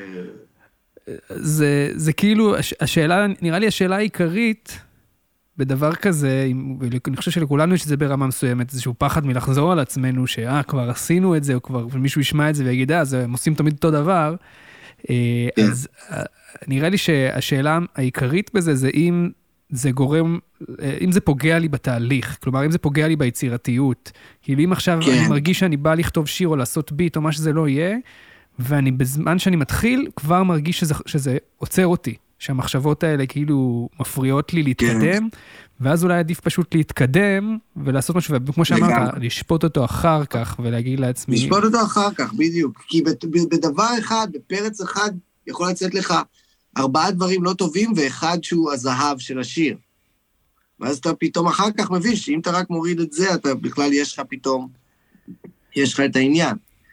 Speaker 1: זה, זה כאילו, השאלה, נראה לי השאלה העיקרית, בדבר כזה, אני חושב שלכולנו יש את זה ברמה מסוימת, איזשהו פחד מלחזור על עצמנו, שאה, כבר עשינו את זה, או כבר מישהו ישמע את זה ויגיד, אה, אז הם עושים תמיד אותו דבר. אז נראה לי שהשאלה העיקרית בזה, זה אם זה גורם, אם זה פוגע לי בתהליך, כלומר, אם זה פוגע לי ביצירתיות, כאילו אם עכשיו אני מרגיש שאני בא לכתוב שיר או לעשות ביט, או מה שזה לא יהיה, ואני בזמן שאני מתחיל, כבר מרגיש שזה, שזה עוצר אותי. שהמחשבות האלה כאילו מפריעות לי להתקדם, ואז אולי עדיף פשוט להתקדם, ולעשות משהו, וכמו שאמרת, לשפוט אותו אחר כך, ולהגיד לעצמי...
Speaker 2: לשפוט אותו אחר כך, בדיוק. כי בדבר אחד, בפרץ אחד, יכול לצאת לך ארבעה דברים לא טובים, ואחד שהוא הזהב של השיר. ואז אתה פתאום אחר כך מבין, שאם אתה רק מוריד את זה, אתה בכלל יש לך פתאום, יש לך את העניין.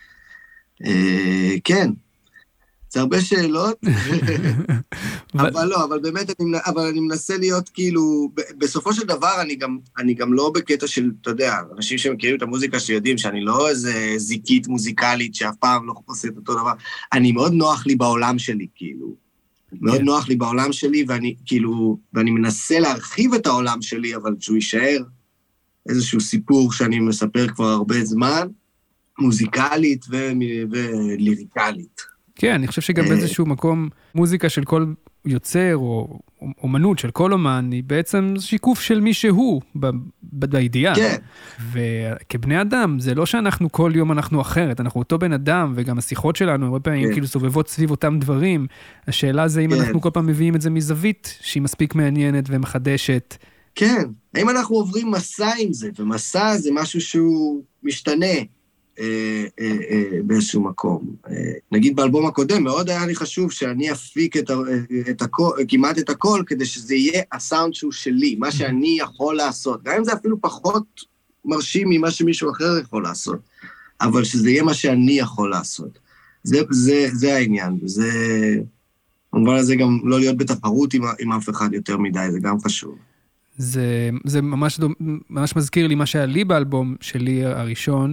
Speaker 2: כן. זה הרבה שאלות, אבל לא, אבל באמת, אני, אבל אני מנסה להיות כאילו, בסופו של דבר אני גם, אני גם לא בקטע של, אתה יודע, אנשים שמכירים את המוזיקה שיודעים שאני לא איזה זיקית מוזיקלית שאף פעם לא עושה את אותו דבר, אני מאוד נוח לי בעולם שלי, כאילו, מאוד נוח לי בעולם שלי, ואני כאילו, ואני מנסה להרחיב את העולם שלי, אבל שהוא יישאר איזשהו סיפור שאני מספר כבר הרבה זמן, מוזיקלית וליריקלית.
Speaker 1: כן, אני חושב שגם באיזשהו מקום, מוזיקה של כל יוצר, או אומנות של כל אומן, היא בעצם שיקוף של מי שהוא, בידיעה.
Speaker 2: כן.
Speaker 1: וכבני אדם, זה לא שאנחנו כל יום אנחנו אחרת, אנחנו אותו בן אדם, וגם השיחות שלנו, הרבה פעמים כאילו סובבות סביב אותם דברים. השאלה זה אם אנחנו כל פעם מביאים את זה מזווית, שהיא מספיק מעניינת ומחדשת.
Speaker 2: כן, האם אנחנו עוברים מסע עם זה, ומסע זה משהו שהוא משתנה. באיזשהו מקום. נגיד באלבום הקודם, מאוד היה לי חשוב שאני אפיק את, את הכל, כמעט את הכל, כדי שזה יהיה הסאונד שהוא שלי, מה שאני יכול לעשות. גם אם זה אפילו פחות מרשים ממה שמישהו אחר יכול לעשות, אבל שזה יהיה מה שאני יכול לעשות. זה, זה, זה העניין, וזה, במובן הזה גם לא להיות בתחרות עם, עם אף אחד יותר מדי, זה גם חשוב.
Speaker 1: זה, זה ממש, ממש מזכיר לי מה שהיה לי באלבום שלי הראשון,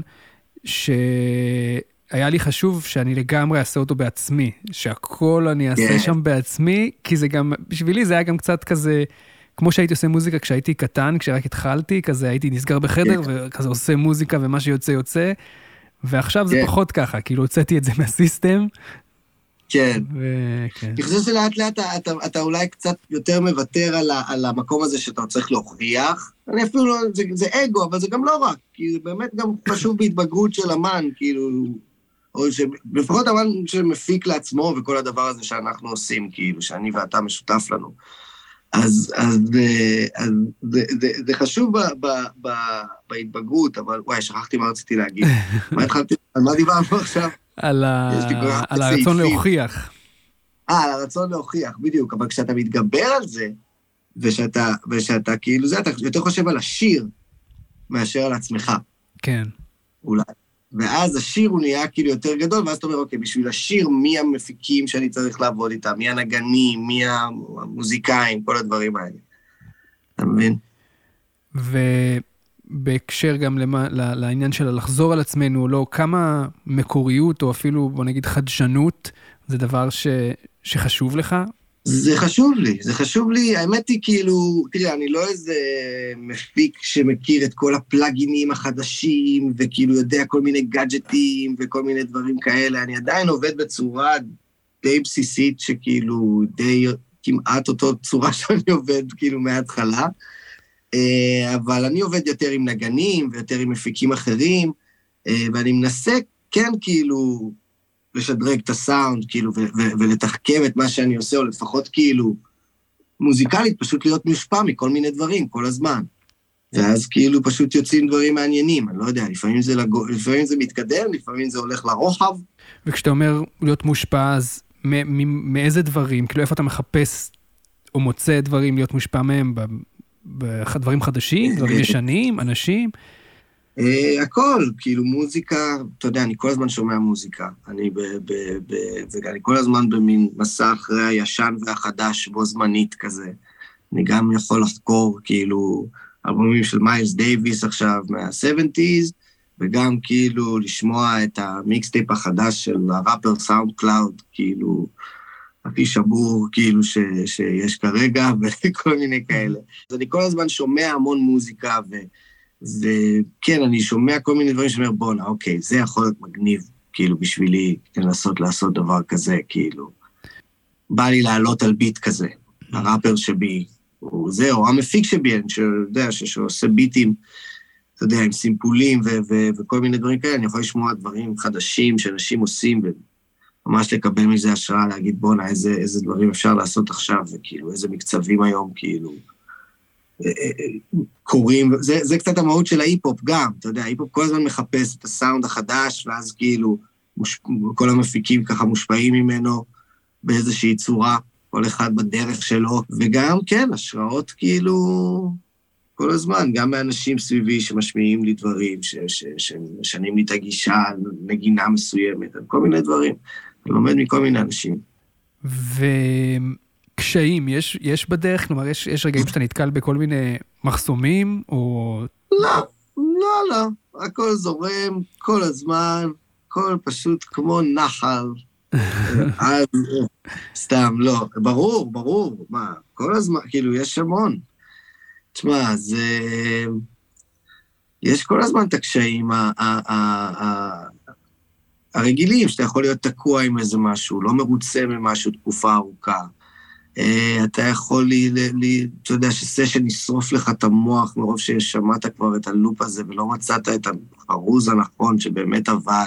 Speaker 1: שהיה לי חשוב שאני לגמרי אעשה אותו בעצמי, שהכל אני אעשה שם בעצמי, כי זה גם, בשבילי זה היה גם קצת כזה, כמו שהייתי עושה מוזיקה כשהייתי קטן, כשרק התחלתי, כזה הייתי נסגר בחדר, וכזה עושה מוזיקה ומה שיוצא יוצא, ועכשיו זה פחות ככה, כאילו הוצאתי את זה מהסיסטם.
Speaker 2: כן. אני חושב שלאט לאט אתה אולי קצת יותר מוותר על המקום הזה שאתה צריך להוכיח, אני אפילו לא, זה אגו, אבל זה גם לא רק, כי באמת גם חשוב בהתבגרות של אמן, כאילו, או לפחות אמן שמפיק לעצמו וכל הדבר הזה שאנחנו עושים, כאילו, שאני ואתה משותף לנו. אז זה חשוב בהתבגרות, אבל וואי, שכחתי מה רציתי להגיד. מה התחלתי? על מה דיברנו עכשיו?
Speaker 1: על הרצון להוכיח.
Speaker 2: אה, על הרצון להוכיח, בדיוק, אבל כשאתה מתגבר על זה, ושאתה, ושאתה כאילו זה, אתה יותר חושב על השיר, מאשר על עצמך.
Speaker 1: כן.
Speaker 2: אולי. ואז השיר הוא נהיה כאילו יותר גדול, ואז אתה אומר, אוקיי, בשביל השיר, מי המפיקים שאני צריך לעבוד איתם, מי הנגנים, מי המוזיקאים, כל הדברים האלה. אתה מבין?
Speaker 1: ובהקשר גם למה, לעניין של לחזור על עצמנו, לא כמה מקוריות, או אפילו, בוא נגיד, חדשנות, זה דבר ש, שחשוב לך?
Speaker 2: זה חשוב לי, זה חשוב לי, האמת היא כאילו, תראה, אני לא איזה מפיק שמכיר את כל הפלאגינים החדשים, וכאילו יודע כל מיני גאדג'טים, וכל מיני דברים כאלה, אני עדיין עובד בצורה די בסיסית, שכאילו די כמעט אותו צורה שאני עובד כאילו מההתחלה, אבל אני עובד יותר עם נגנים ויותר עם מפיקים אחרים, ואני מנסה כן כאילו לשדרג את הסאונד, כאילו, ולתחכם את מה שאני עושה, או לפחות כאילו מוזיקלית, פשוט להיות מושפע מכל מיני דברים, כל הזמן. ואז כאילו פשוט יוצאים דברים מעניינים, אני לא יודע, לפעמים זה, לגו, לפעמים זה מתקדם, לפעמים זה הולך לרוחב.
Speaker 1: וכשאתה אומר להיות מושפע, אז מאיזה דברים, כאילו איפה אתה מחפש או מוצא דברים להיות מושפע מהם, בדברים חדשים, דברים ישנים, אנשים?
Speaker 2: הכל, כאילו מוזיקה, אתה יודע, אני כל הזמן שומע מוזיקה, אני ואני כל הזמן במין מסע אחרי הישן והחדש בו זמנית כזה, אני גם יכול לחקור כאילו אלבומים של מיילס דייביס עכשיו מה-שבעים, וגם כאילו לשמוע את המיקסטייפ החדש של הראפר סאונד קלאוד, כאילו הכי שבור כאילו ש, שיש כרגע, וכל מיני כאלה. אז אני כל הזמן שומע המון מוזיקה, ו, וכן, אני שומע כל מיני דברים שאומר, בונה, אוקיי, זה יכול להיות מגניב, כאילו בשבילי לנסות לעשות דבר כזה, כאילו. בא לי לעלות על ביט כזה, הראפר שבי, או זה, או המפיק שבי, אני יודע, שעושה ביטים, אתה יודע, עם סימפולים ו- ו- וכל מיני דברים כאלה, אני יכול לשמוע דברים חדשים שאנשים עושים, וממש לקבל מזה השראה, להגיד, בונה, איזה, איזה דברים אפשר לעשות עכשיו, וכאילו, איזה מקצבים היום, כאילו, קוראים, זה, זה קצת המהות של ההיפ-הופ גם, אתה יודע, ההיפ-הופ כל הזמן מחפש את הסאונד החדש, ואז כאילו, מוש... כל המפיקים ככה מושפעים ממנו, באיזושהי צורה, כל אחד בדרך שלו, וגם, כן, השראות כאילו, כל הזמן, גם מאנשים סביבי שמשמיעים לי דברים, ש, ש, שמשנים לי את הגישה, נגינה מסוימת, כל מיני דברים. אני לומד מכל מיני אנשים.
Speaker 1: וקשיים, יש, יש בדרך, כלומר, יש, יש רגעים שאתה נתקל בכל מיני מחסומים, או...
Speaker 2: לא, לא, לא. הכל זורם, כל הזמן, הכל פשוט כמו נחל. אז, סתם, לא. ברור, ברור. מה, כל הזמן, כאילו, יש המון. תשמע, זה... יש כל הזמן את הקשיים הרגילים, שאתה יכול להיות תקוע עם איזה משהו, לא מרוצה ממשהו תקופה ארוכה. אתה יכול, אתה יודע, שסשן ישרוף לך את המוח, מרוב ששמעת כבר את הלופ הזה, ולא מצאת את החרוז הנכון שבאמת עבד.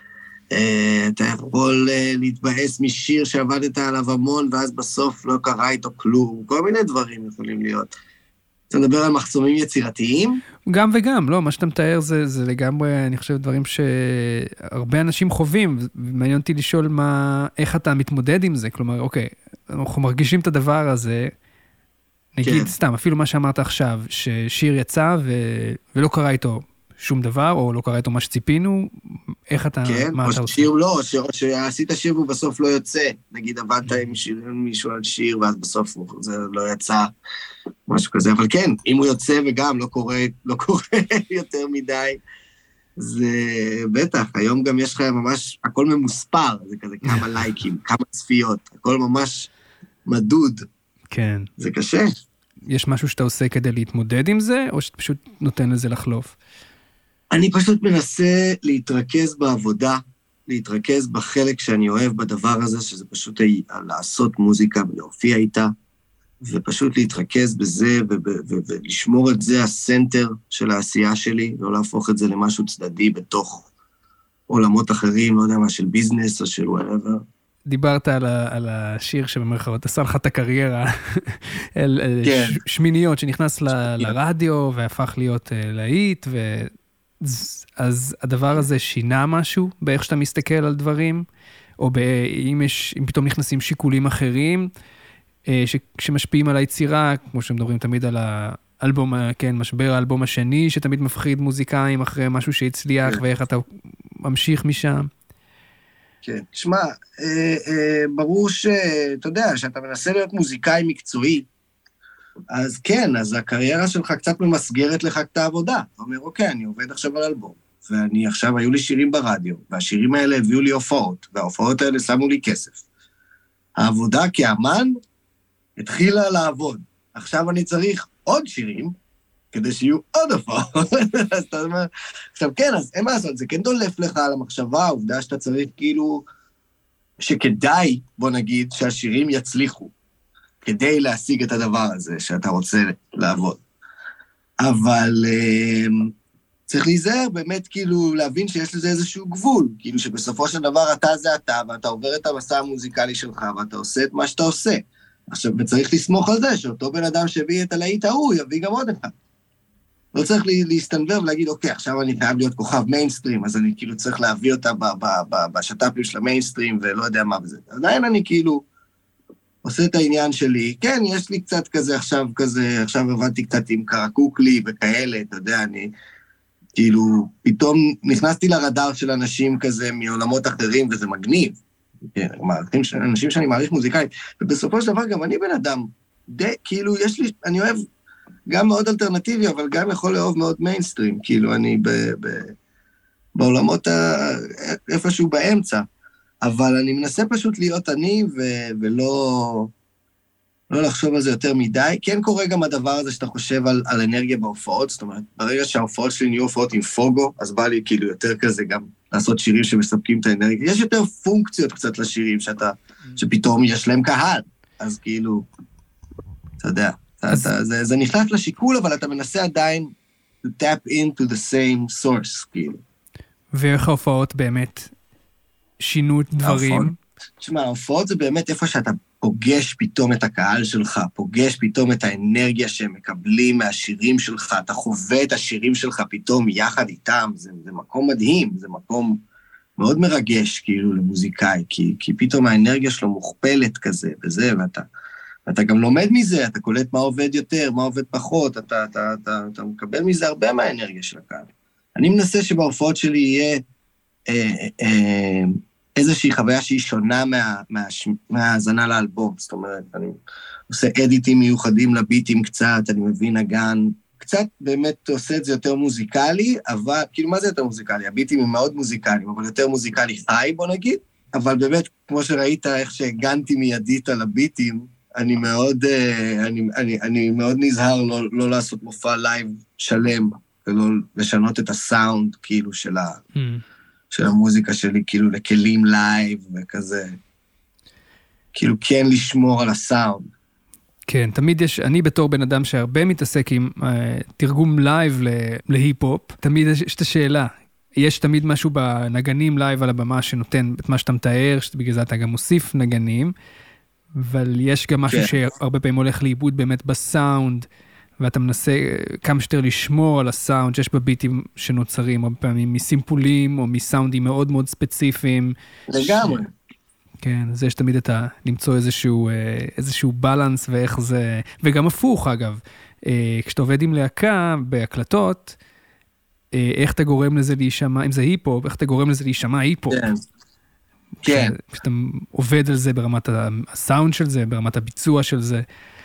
Speaker 2: אתה יכול להתבאס משיר שעבדת עליו המון, ואז בסוף לא קרה איתו כלום. כל מיני דברים יכולים להיות. אתה מדבר על מחסומים יצירתיים?
Speaker 1: גם וגם, לא, מה שאתה מתאר זה, זה לגמרי, אני חושב, דברים שהרבה אנשים חווים, ומעניין אותי לשאול מה, איך אתה מתמודד עם זה, כלומר, אוקיי, אנחנו מרגישים את הדבר הזה, נגיד, כן. סתם, אפילו מה שאמרת עכשיו, ששיר יצא ו... ולא קרה איתו שום דבר, או לא קרה איתו מה שציפינו, איך אתה,
Speaker 2: כן,
Speaker 1: מה
Speaker 2: או
Speaker 1: אתה עושה?
Speaker 2: שיר לא, או ש... שעשית שיר והוא בסוף לא יוצא, נגיד עבדת עם שיר, מישהו על שיר, ואז בסוף זה לא יצא, משהו כזה, אבל כן, אם הוא יוצא וגם לא קורה, לא קורה יותר מדי, זה בטח, היום גם יש לך ממש, הכל ממוספר, זה כזה כמה לייקים, כמה צפיות, הכל ממש מדוד.
Speaker 1: כן.
Speaker 2: זה קשה.
Speaker 1: יש משהו שאתה עושה כדי להתמודד עם זה, או שאתה פשוט נותן לזה לחלוף?
Speaker 2: אני פשוט מנסה להתרכז בעבודה, להתרכז בחלק שאני אוהב בדבר הזה, שזה פשוט לעשות מוזיקה ולהופיע איתה, ופשוט להתרכז בזה, ולשמור את זה הסנטר של העשייה שלי, לא להפוך את זה למשהו צדדי בתוך עולמות אחרים, לא יודע מה, של ביזנס או של whatever.
Speaker 1: דיברת על, ה, על השיר שבמרכאות עשה לך את הקריירה, אל, כן. ש, שמיניות שנכנס ל, לרדיו והפך להיות להיט, ו... אז הדבר הזה שינה משהו באיך שאתה מסתכל על דברים, או אם יש, אם פתאום נכנסים שיקולים אחרים, ש, שמשפיעים על היצירה, כמו שמדברים תמיד על האלבום, כן, משבר האלבום השני, שתמיד מפחיד מוזיקאים אחרי משהו שהצליח, ואיך אתה ממשיך משם.
Speaker 2: כן, תשמע, אה, אה, ברור שאתה יודע, שאתה מנסה להיות מוזיקאי מקצועי, אז כן, אז הקריירה שלך קצת ממסגרת לך את העבודה. אתה אומר, אוקיי, אני עובד עכשיו על אלבום, ואני עכשיו, היו לי שירים ברדיו, והשירים האלה הביאו לי הופעות, וההופעות האלה שמו לי כסף. העבודה כאמן התחילה לעבוד. עכשיו אני צריך עוד שירים, כדי שיהיו עוד הופעות. אז אתה אומר, עכשיו כן, אז אין מה לעשות, זה כן דולף לך על המחשבה, העובדה שאתה צריך כאילו, שכדאי, בוא נגיד, שהשירים יצליחו. כדי להשיג את הדבר הזה שאתה רוצה לעבוד. אבל צריך להיזהר באמת כאילו להבין שיש לזה איזשהו גבול, כאילו שבסופו של דבר אתה זה אתה, ואתה עובר את המסע המוזיקלי שלך, ואתה עושה את מה שאתה עושה. עכשיו, וצריך לסמוך על זה, שאותו בן אדם שהביא את הלהיט ההוא, יביא גם עוד אחד. לא צריך להסתנבר ולהגיד, אוקיי, עכשיו אני חייב להיות כוכב מיינסטרים, אז אני כאילו צריך להביא אותה בשטאפים של המיינסטרים, ולא יודע מה בזה. עדיין אני כאילו עושה את העניין שלי. כן, יש לי קצת כזה עכשיו, כזה, עכשיו הבנתי קצת עם קרקוקלי וכאלה, אתה יודע, אני כאילו, פתאום נכנסתי לרדאר של אנשים כזה מעולמות אחרים, וזה מגניב. כן, אנשים שאני מעריך מוזיקאית, ובסופו של דבר גם אני בן אדם, די, כאילו, יש לי, אני אוהב גם מאוד אלטרנטיבי, אבל גם יכול לאהוב מאוד מיינסטרים, כאילו, אני ב, ב, בעולמות ה, איפשהו באמצע, אבל אני מנסה פשוט להיות אני, ו, ולא לא לחשוב על זה יותר מדי. כן קורה גם הדבר הזה שאתה חושב על, על אנרגיה בהופעות, זאת אומרת, ברגע שההופעות שלי נהיו הופעות עם פוגו, אז בא לי כאילו יותר כזה גם לעשות שירים שמספקים את האנרגיה. יש יותר פונקציות קצת לשירים, שאתה, שפתאום יש להם קהל, אז כאילו, אתה יודע, אז... אתה, זה, זה נכנס לשיקול, אבל אתה מנסה עדיין to tap into the same source, כאילו.
Speaker 1: ואיך ההופעות באמת שינו דברים?
Speaker 2: תשמע, ההופעות זה באמת איפה שאתה פוגש פתאום את הקהל שלך, פוגש פתאום את האנרגיה שהם מקבלים מהשירים שלך, אתה חווה את השירים שלך פתאום יחד איתם, זה, זה מקום מדהים, זה מקום מאוד מרגש כאילו למוזיקאי, כי, כי פתאום האנרגיה שלו מוכפלת כזה וזה, ואתה, ואתה גם לומד מזה, אתה קולט מה עובד יותר, מה עובד פחות, אתה, אתה, אתה, אתה מקבל מזה הרבה מהאנרגיה של הקהל. אני מנסה שבהופעות שלי יהיה אה, אה, איזושהי חוויה שהיא שונה מה, מה, מהאזנה לאלבום, זאת אומרת, אני עושה אדיטים מיוחדים לביטים קצת, אני מבין נגן, קצת באמת עושה את זה יותר מוזיקלי, אבל, כאילו מה זה יותר מוזיקלי? הביטים הם מאוד מוזיקליים, אבל יותר מוזיקלי חי, בוא נגיד, אבל באמת, כמו שראית איך שהגנתי מיידית על הביטים, אני מאוד, אני, אני, אני מאוד נזהר לא, לא לעשות מופע לייב שלם, ולא לשנות את הסאונד, כאילו, של ה... Mm. של המוזיקה שלי, כאילו, לכלים לייב וכזה. כאילו, כן לשמור על הסאונד.
Speaker 1: כן, תמיד יש, אני בתור בן אדם שהרבה מתעסק עם uh, תרגום לייב להיפ-הופ, תמיד יש את השאלה, יש תמיד משהו בנגנים לייב על הבמה שנותן את מה שאתה מתאר, שבגלל זה אתה גם מוסיף נגנים, אבל יש גם משהו כן. שהרבה פעמים הולך לאיבוד באמת בסאונד, ואתה מנסה כמה שיותר לשמור על הסאונד שיש בביטים שנוצרים, הרבה פעמים מסימפולים או מסאונדים מאוד מאוד ספציפיים.
Speaker 2: לגמרי.
Speaker 1: ש... כן, אז יש תמיד את ה... למצוא איזשהו, איזשהו בלנס ואיך זה... וגם הפוך, אגב. כשאתה עובד עם להקה בהקלטות, איך אתה גורם לזה להישמע, אם זה היפ-הופ, איך אתה גורם לזה להישמע היפ-הופ.
Speaker 2: כן. כן.
Speaker 1: כשאתה עובד על זה ברמת הסאונד של זה, ברמת הביצוע של זה,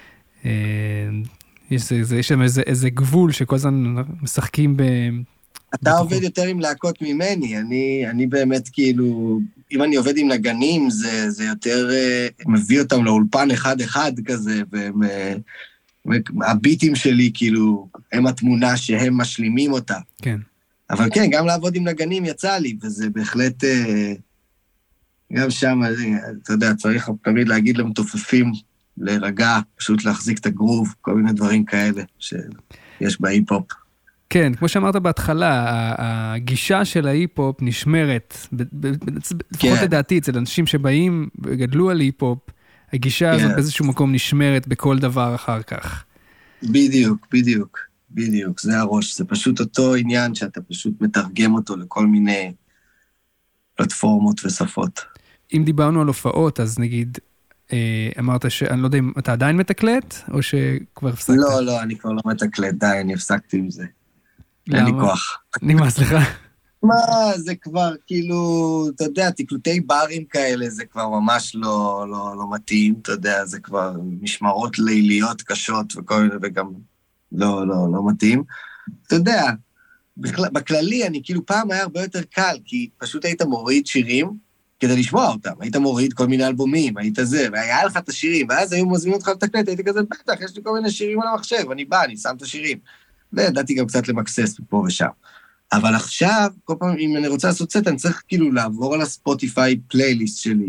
Speaker 1: יש, זה, יש שם איזה, איזה גבול שכל הזמן משחקים ב...
Speaker 2: אתה בתוכו. עובד יותר עם להקות ממני, אני, אני באמת כאילו, אם אני עובד עם נגנים, זה, זה יותר מביא אותם לאולפן אחד-אחד כזה, והם, והביטים שלי כאילו, הם התמונה שהם משלימים אותה.
Speaker 1: כן.
Speaker 2: אבל כן, גם לעבוד עם נגנים יצא לי, וזה בהחלט, גם שם, אתה יודע, צריך תמיד להגיד למתופפים, להירגע, פשוט להחזיק את הגרוב, כל מיני דברים כאלה שיש בהיפ-הופ.
Speaker 1: כן, כמו שאמרת בהתחלה, הגישה של ההיפ-הופ נשמרת, לפחות לדעתי, אצל אנשים שבאים וגדלו על היפ-הופ, הגישה הזאת באיזשהו מקום נשמרת בכל דבר אחר כך.
Speaker 2: בדיוק, בדיוק, בדיוק, זה הראש, זה פשוט אותו עניין שאתה פשוט מתרגם אותו לכל מיני פלטפורמות ושפות.
Speaker 1: אם דיברנו על הופעות, אז נגיד, אמרת שאני לא יודע אם אתה עדיין מתקלט, או שכבר הפסקת?
Speaker 2: לא, לא, אני כבר לא מתקלט, די, אני הפסקתי עם זה. אין לי כוח.
Speaker 1: נמאס לך.
Speaker 2: מה, זה כבר כאילו, אתה יודע, תקלוטי ברים כאלה, זה כבר ממש לא, לא, לא מתאים, אתה יודע, זה כבר משמרות ליליות קשות וכל מיני, וגם לא, לא, לא מתאים. אתה יודע, בכללי, אני כאילו פעם היה הרבה יותר קל, כי פשוט היית מוריד שירים, כדי לשמוע אותם, היית מוריד כל מיני אלבומים, היית זה, והיה לך את השירים, ואז היו מזמינים אותך לתקלט, הייתי כזה, בטח, יש לי כל מיני שירים על המחשב, אני בא, אני שם את השירים, וידעתי גם קצת למקסס פה ושם. אבל עכשיו, כל פעם, אם אני רוצה לעשות סט, אני צריך כאילו לעבור על הספוטיפיי פלייליסט שלי,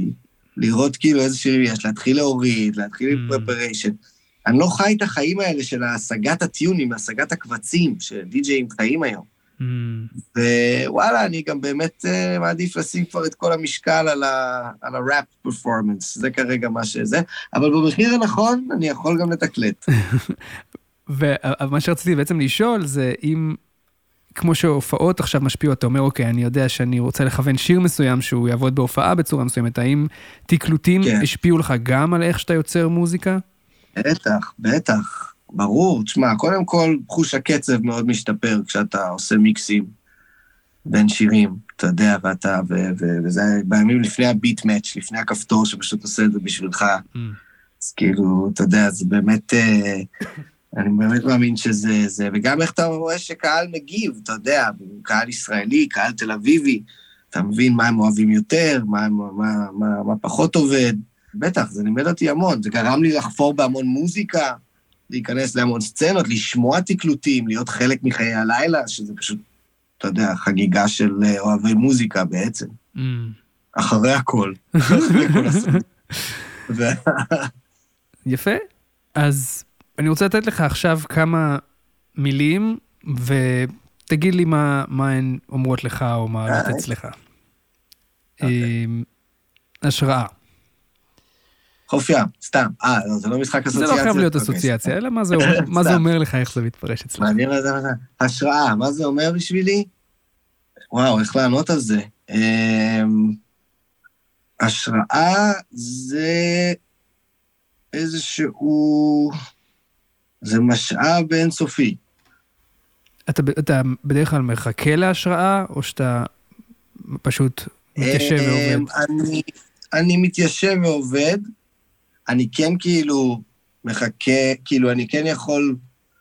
Speaker 2: לראות כאילו איזה שירים יש, להתחיל להוריד, להתחיל עם preparation. אני לא חי את החיים האלה של השגת הטיונים, השגת הקבצים, שדי-ג'אים חיים היום. ווואלה, אני גם באמת מעדיף לשים כבר את כל המשקל על הראפ פרפורמנס, זה כרגע מה שזה, אבל במחיר הנכון אני יכול גם לתקלט.
Speaker 1: ומה שרציתי בעצם לשאול זה אם, כמו שהופעות עכשיו משפיעות, אתה אומר, אוקיי, אני יודע שאני רוצה לכוון שיר מסוים שהוא יעבוד בהופעה בצורה מסוימת, האם תקלוטים השפיעו לך גם על איך שאתה יוצר מוזיקה?
Speaker 2: בטח, בטח, ברור. תשמע, קודם כל, חוש הקצב מאוד משתפר כשאתה עושה מיקסים בין שירים, אתה יודע, ואתה, וזה בימים לפני הביט מאץ', לפני הכפתור שפשוט עושה את זה בשבילך, אז כאילו, אתה יודע, זה באמת, אני באמת מאמין שזה זה, וגם איך אתה רואה שקהל מגיב, אתה יודע, קהל ישראלי, קהל תל אביבי, אתה מבין מה הם אוהבים יותר, מה, מה, מה, מה פחות עובד, בטח, זה לימד אותי המון, זה גרם לי לחפור בהמון מוזיקה, להיכנס להמון סצנות, לשמוע תקלוטים, להיות חלק מחיי הלילה, שזה פשוט, אתה יודע, חגיגה של אוהבי מוזיקה בעצם. Mm. אחרי הכל. אחרי כל הסוד.
Speaker 1: יפה. אז אני רוצה לתת לך עכשיו כמה מילים, ותגיד לי מה, מה הן אומרות לך, או מה עלות אצלך. Okay. השראה.
Speaker 2: חוף ים, סתם. אה, זה לא משחק אסוציאציה.
Speaker 1: זה לא חייב להיות אסוציאציה, אלא מה זה אומר לך, איך זה מתפרש אצלך.
Speaker 2: מעניין על זה, מה זה. השראה, מה זה אומר בשבילי? וואו, איך לענות על זה? השראה זה איזשהו, זה משאב אינסופי.
Speaker 1: אתה, אתה בדרך כלל מחכה להשראה, או שאתה פשוט מתיישב ועובד?
Speaker 2: אני, אני מתיישב ועובד, אני כן כאילו מחכה, כאילו אני כן יכול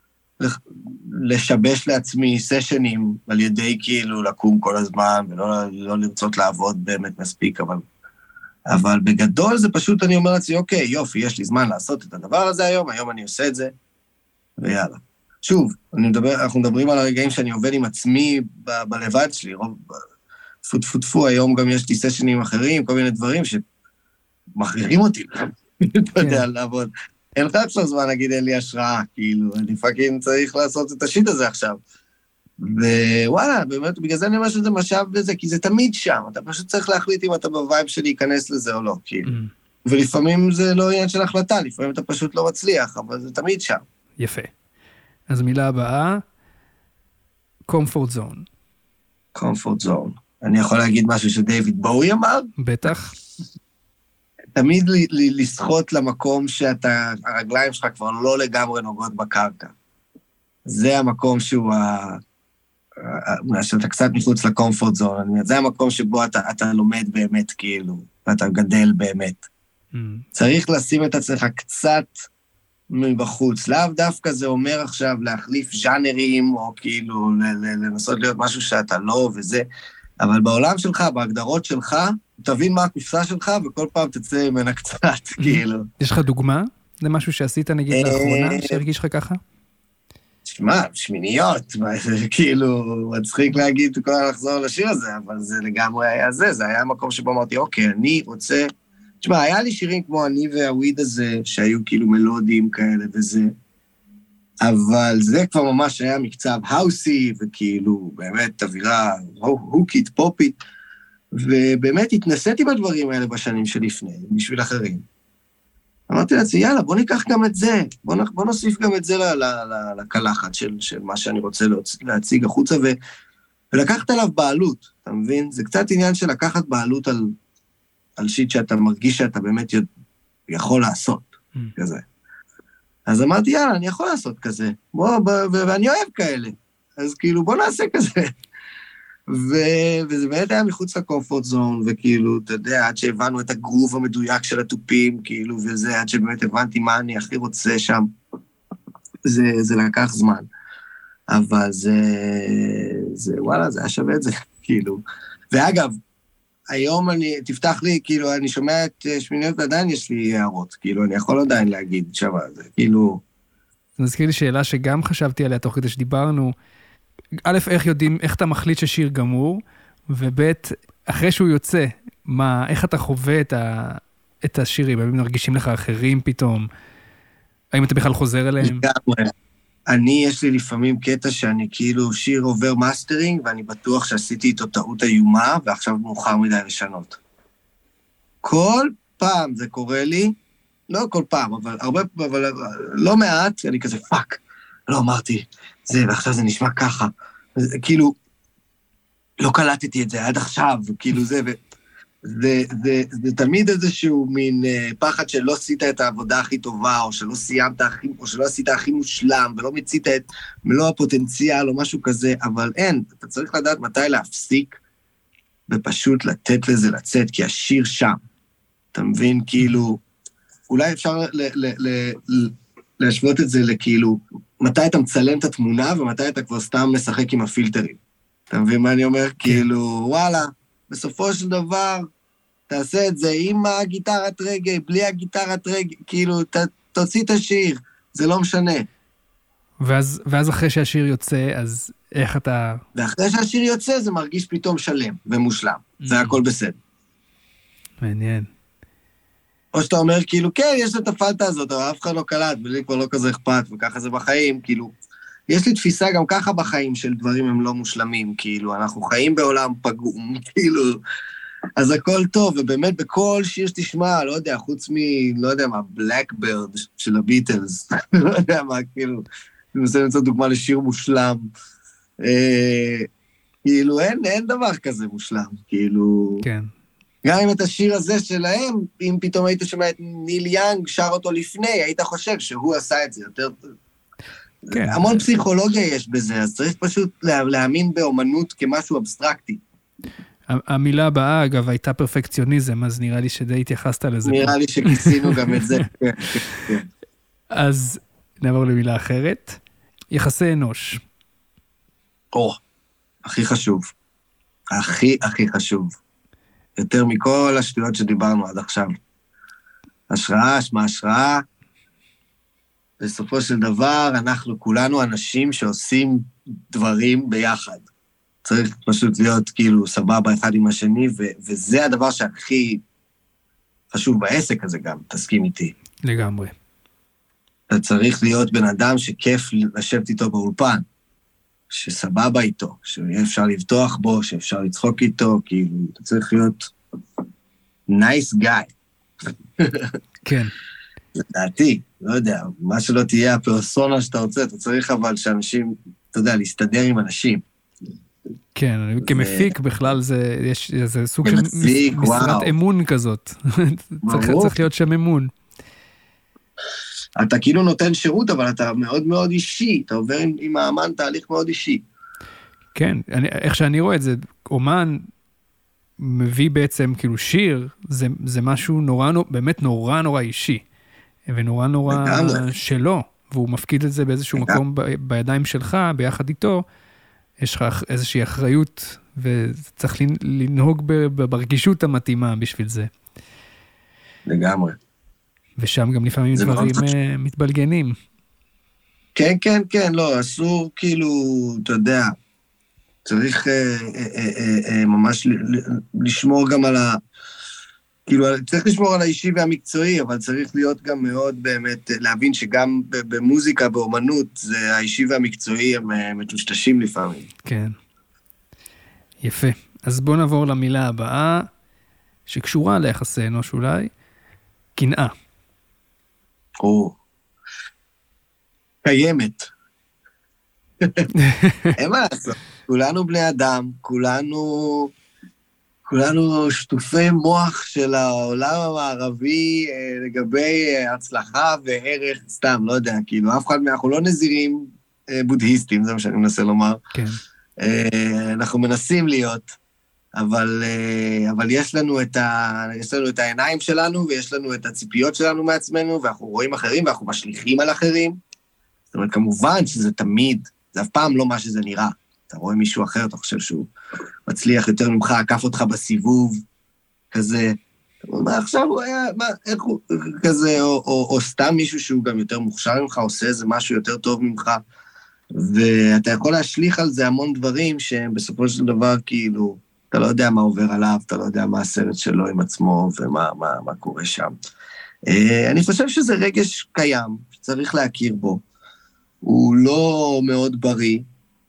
Speaker 2: לשבש לעצמי סשנים על ידי כאילו לקום כל הזמן, ולא לא לרצות לעבוד באמת מספיק, אבל, אבל בגדול זה פשוט אני אומר לעצמי, אוקיי, יופי, יש לי זמן לעשות את הדבר הזה היום, היום אני עושה את זה, ויאללה. שוב, אני מדבר, אנחנו מדברים על הרגעים שאני עובד עם עצמי ב- בלבד שלי, רוב, פו טפו טפו, היום גם יש לי סשנים אחרים, כל מיני דברים שמכריחים אותי, אתה יודע, לעבוד. אין לך עכשיו זמן, נגיד, אין לי השראה, כאילו, אני פאקינג צריך לעשות את השיט הזה עכשיו. ווואלה, באמת, בגלל זה אני אומר שזה משאב בזה, כי זה תמיד שם, אתה פשוט צריך להחליט אם אתה בווייב שלי להיכנס לזה או לא, כאילו. ולפעמים זה לא עניין של החלטה, לפעמים אתה פשוט לא מצליח, אבל זה תמיד שם.
Speaker 1: יפה. אז מילה הבאה, comfort zone.
Speaker 2: comfort zone. אני יכול להגיד משהו שדייוויד בואי אמר?
Speaker 1: בטח.
Speaker 2: תמיד ל- ל- לשחות למקום שאתה, הרגליים שלך כבר לא לגמרי נוגעות בקרקע. זה המקום שהוא, ה... שאתה קצת מחוץ לקומפורט זון, זה המקום שבו אתה, אתה לומד באמת, כאילו, ואתה גדל באמת. Mm. צריך לשים את עצמך קצת מבחוץ. לאו דווקא זה אומר עכשיו להחליף ז'אנרים, או כאילו לנסות להיות משהו שאתה לא וזה, אבל בעולם שלך, בהגדרות שלך, תבין מה הקופסה שלך, וכל פעם תצא ממנה קצת, כאילו.
Speaker 1: יש לך דוגמה? זה משהו שעשית נגיד לאחרונה, שהרגיש לך ככה?
Speaker 2: תשמע, שמיניות, כאילו, מצחיק להגיד כל לחזור לשיר הזה, אבל זה לגמרי היה זה, זה היה המקום שבו אמרתי, אוקיי, אני רוצה... תשמע, היה לי שירים כמו אני והוויד הזה, שהיו כאילו מלודיים כאלה וזה, אבל זה כבר ממש היה מקצב האוסי, וכאילו, באמת, אווירה הוקית, פופית, ובאמת התנסיתי בדברים האלה בשנים שלפני, בשביל אחרים. אמרתי לעצמי, יאללה, בוא ניקח גם את זה, בוא, בוא נוסיף גם את זה לקלחת של, של מה שאני רוצה להציג החוצה, ו, ולקחת עליו בעלות, אתה מבין? זה קצת עניין של לקחת בעלות על, על שיט שאתה מרגיש שאתה באמת יכול לעשות, mm. כזה. אז אמרתי, יאללה, אני יכול לעשות כזה, בוא, ב, ו, ואני אוהב כאלה, אז כאילו, בוא נעשה כזה. ו... וזה באמת היה מחוץ לקומפורט זון, וכאילו, אתה יודע, עד שהבנו את הגרוב המדויק של הטופים, כאילו, וזה, עד שבאמת הבנתי מה אני הכי רוצה שם, זה, זה לקח זמן. אבל זה, זה, וואלה, זה היה שווה את זה, כאילו. ואגב, היום אני, תפתח לי, כאילו, אני שומע את שמיניות ועדיין יש לי הערות, כאילו, אני יכול עדיין להגיד שווה, זה כאילו...
Speaker 1: זה מזכיר לי שאלה שגם חשבתי עליה תוך כדי שדיברנו, א', איך יודעים, איך אתה מחליט ששיר גמור, וב', אחרי שהוא יוצא, מה, איך אתה חווה את, ה, את השירים? האם מרגישים לך אחרים פתאום? האם אתה בכלל חוזר אליהם?
Speaker 2: אני, יש לי לפעמים קטע שאני כאילו שיר עובר מאסטרינג, ואני בטוח שעשיתי איתו טעות איומה, ועכשיו מאוחר מדי לשנות. כל פעם זה קורה לי, לא כל פעם, אבל הרבה, אבל לא מעט, אני כזה פאק, לא אמרתי, זה, ועכשיו זה נשמע ככה. כאילו, לא קלטתי את זה עד עכשיו, כאילו זה, ו... זה, זה, זה תמיד איזשהו מין אה, פחד שלא עשית את העבודה הכי טובה, או שלא סיימת הכי, או שלא עשית הכי מושלם, ולא מצית את מלוא הפוטנציאל, או משהו כזה, אבל אין, אתה צריך לדעת מתי להפסיק, ופשוט לתת לזה לצאת, כי השיר שם. אתה מבין, כאילו, אולי אפשר ל, ל, ל, ל, להשוות את זה לכאילו, מתי אתה מצלם את התמונה, ומתי אתה כבר סתם משחק עם הפילטרים. אתה מבין מה אני אומר? כאילו, וואלה, בסופו של דבר, תעשה את זה עם הגיטרת רגע, בלי הגיטרת רגע, כאילו, ת, תוציא את השיר, זה לא משנה.
Speaker 1: ואז, ואז אחרי שהשיר יוצא, אז איך אתה...
Speaker 2: ואחרי שהשיר יוצא, זה מרגיש פתאום שלם ומושלם. Mm. זה הכל בסדר.
Speaker 1: מעניין.
Speaker 2: או שאתה אומר, כאילו, כן, יש את הפלטה הזאת, אבל אף אחד לא קלט, ולי כבר לא כזה אכפת, וככה זה בחיים, כאילו... יש לי תפיסה גם ככה בחיים של דברים הם לא מושלמים, כאילו, אנחנו חיים בעולם פגום, כאילו, אז הכל טוב, ובאמת בכל שיר שתשמע, לא יודע, חוץ מ, לא יודע מה, בלקברד של הביטלס, לא יודע מה, כאילו, אני מנסה למצוא דוגמה לשיר מושלם, אה, כאילו, אין, אין דבר כזה מושלם, כאילו,
Speaker 1: כן.
Speaker 2: גם אם את השיר הזה שלהם, אם פתאום היית שומע את ניל יאנג שר אותו לפני, היית חושב שהוא עשה את זה יותר טוב, כן. המון פסיכולוגיה יש בזה, אז צריך פשוט להאמין באומנות כמשהו אבסטרקטי.
Speaker 1: המילה הבאה, אגב, הייתה פרפקציוניזם, אז נראה לי שדי התייחסת לזה.
Speaker 2: נראה לי שכיסינו גם את זה.
Speaker 1: אז נעבור למילה אחרת. יחסי אנוש.
Speaker 2: או, הכי חשוב. הכי, הכי חשוב. יותר מכל השטויות שדיברנו עד עכשיו. השראה, שמה השראה, בסופו של דבר, אנחנו כולנו אנשים שעושים דברים ביחד. צריך פשוט להיות כאילו סבבה אחד עם השני, ו- וזה הדבר שהכי חשוב בעסק הזה גם, תסכים איתי.
Speaker 1: לגמרי.
Speaker 2: אתה צריך להיות בן אדם שכיף לשבת איתו באולפן, שסבבה איתו, שיהיה אפשר לבטוח בו, שאפשר לצחוק איתו, כאילו, אתה צריך להיות nice guy.
Speaker 1: כן.
Speaker 2: לדעתי, לא יודע, מה שלא תהיה הפרסונה שאתה רוצה, אתה צריך אבל שאנשים, אתה יודע, להסתדר עם אנשים.
Speaker 1: כן, כמפיק בכלל זה, יש איזה סוג של משרת אמון כזאת. צריך להיות שם אמון.
Speaker 2: אתה כאילו נותן שירות, אבל אתה מאוד מאוד אישי, אתה עובר עם האמן תהליך מאוד אישי.
Speaker 1: כן, איך שאני רואה את זה, אומן מביא בעצם כאילו שיר, זה משהו נורא, באמת נורא נורא אישי. ונורא נורא שלו, והוא מפקיד את זה באיזשהו מקום בידיים שלך, ביחד איתו, יש לך איזושהי אחריות, וצריך לנהוג ברגישות המתאימה בשביל זה.
Speaker 2: לגמרי.
Speaker 1: ושם גם לפעמים דברים מתבלגנים.
Speaker 2: כן, כן, כן, לא, אסור כאילו, אתה יודע, צריך ממש לשמור גם על ה... כאילו, צריך לשמור על האישי והמקצועי, אבל צריך להיות גם מאוד באמת, להבין שגם במוזיקה, באומנות, זה האישי והמקצועי הם מטושטשים לפעמים.
Speaker 1: כן. יפה. אז בואו נעבור למילה הבאה, שקשורה ליחסי אנוש אולי, קנאה.
Speaker 2: או. קיימת. אין מה לעשות. כולנו בני אדם, כולנו... כולנו שטופי מוח של העולם המערבי לגבי הצלחה וערך, סתם, לא יודע, כאילו, אף אחד מאנחנו לא נזירים בודהיסטים, זה מה שאני מנסה לומר.
Speaker 1: כן.
Speaker 2: אנחנו מנסים להיות, אבל, אבל יש לנו את ה, יש לנו את העיניים שלנו, ויש לנו את הציפיות שלנו מעצמנו, ואנחנו רואים אחרים, ואנחנו משליכים על אחרים. זאת אומרת, כמובן שזה תמיד, זה אף פעם לא מה שזה נראה. אתה רואה מישהו אחר, אתה חושב שהוא מצליח יותר ממך, עקף אותך בסיבוב, כזה, מה עכשיו הוא היה, מה, איך הוא, כזה, או, או, או סתם מישהו שהוא גם יותר מוכשר ממך, עושה איזה משהו יותר טוב ממך, ואתה יכול להשליך על זה המון דברים, שהם בסופו של דבר, כאילו, אתה לא יודע מה עובר עליו, אתה לא יודע מה הסרט שלו עם עצמו, ומה מה, מה קורה שם. אני חושב שזה רגש קיים, שצריך להכיר בו. הוא לא מאוד בריא,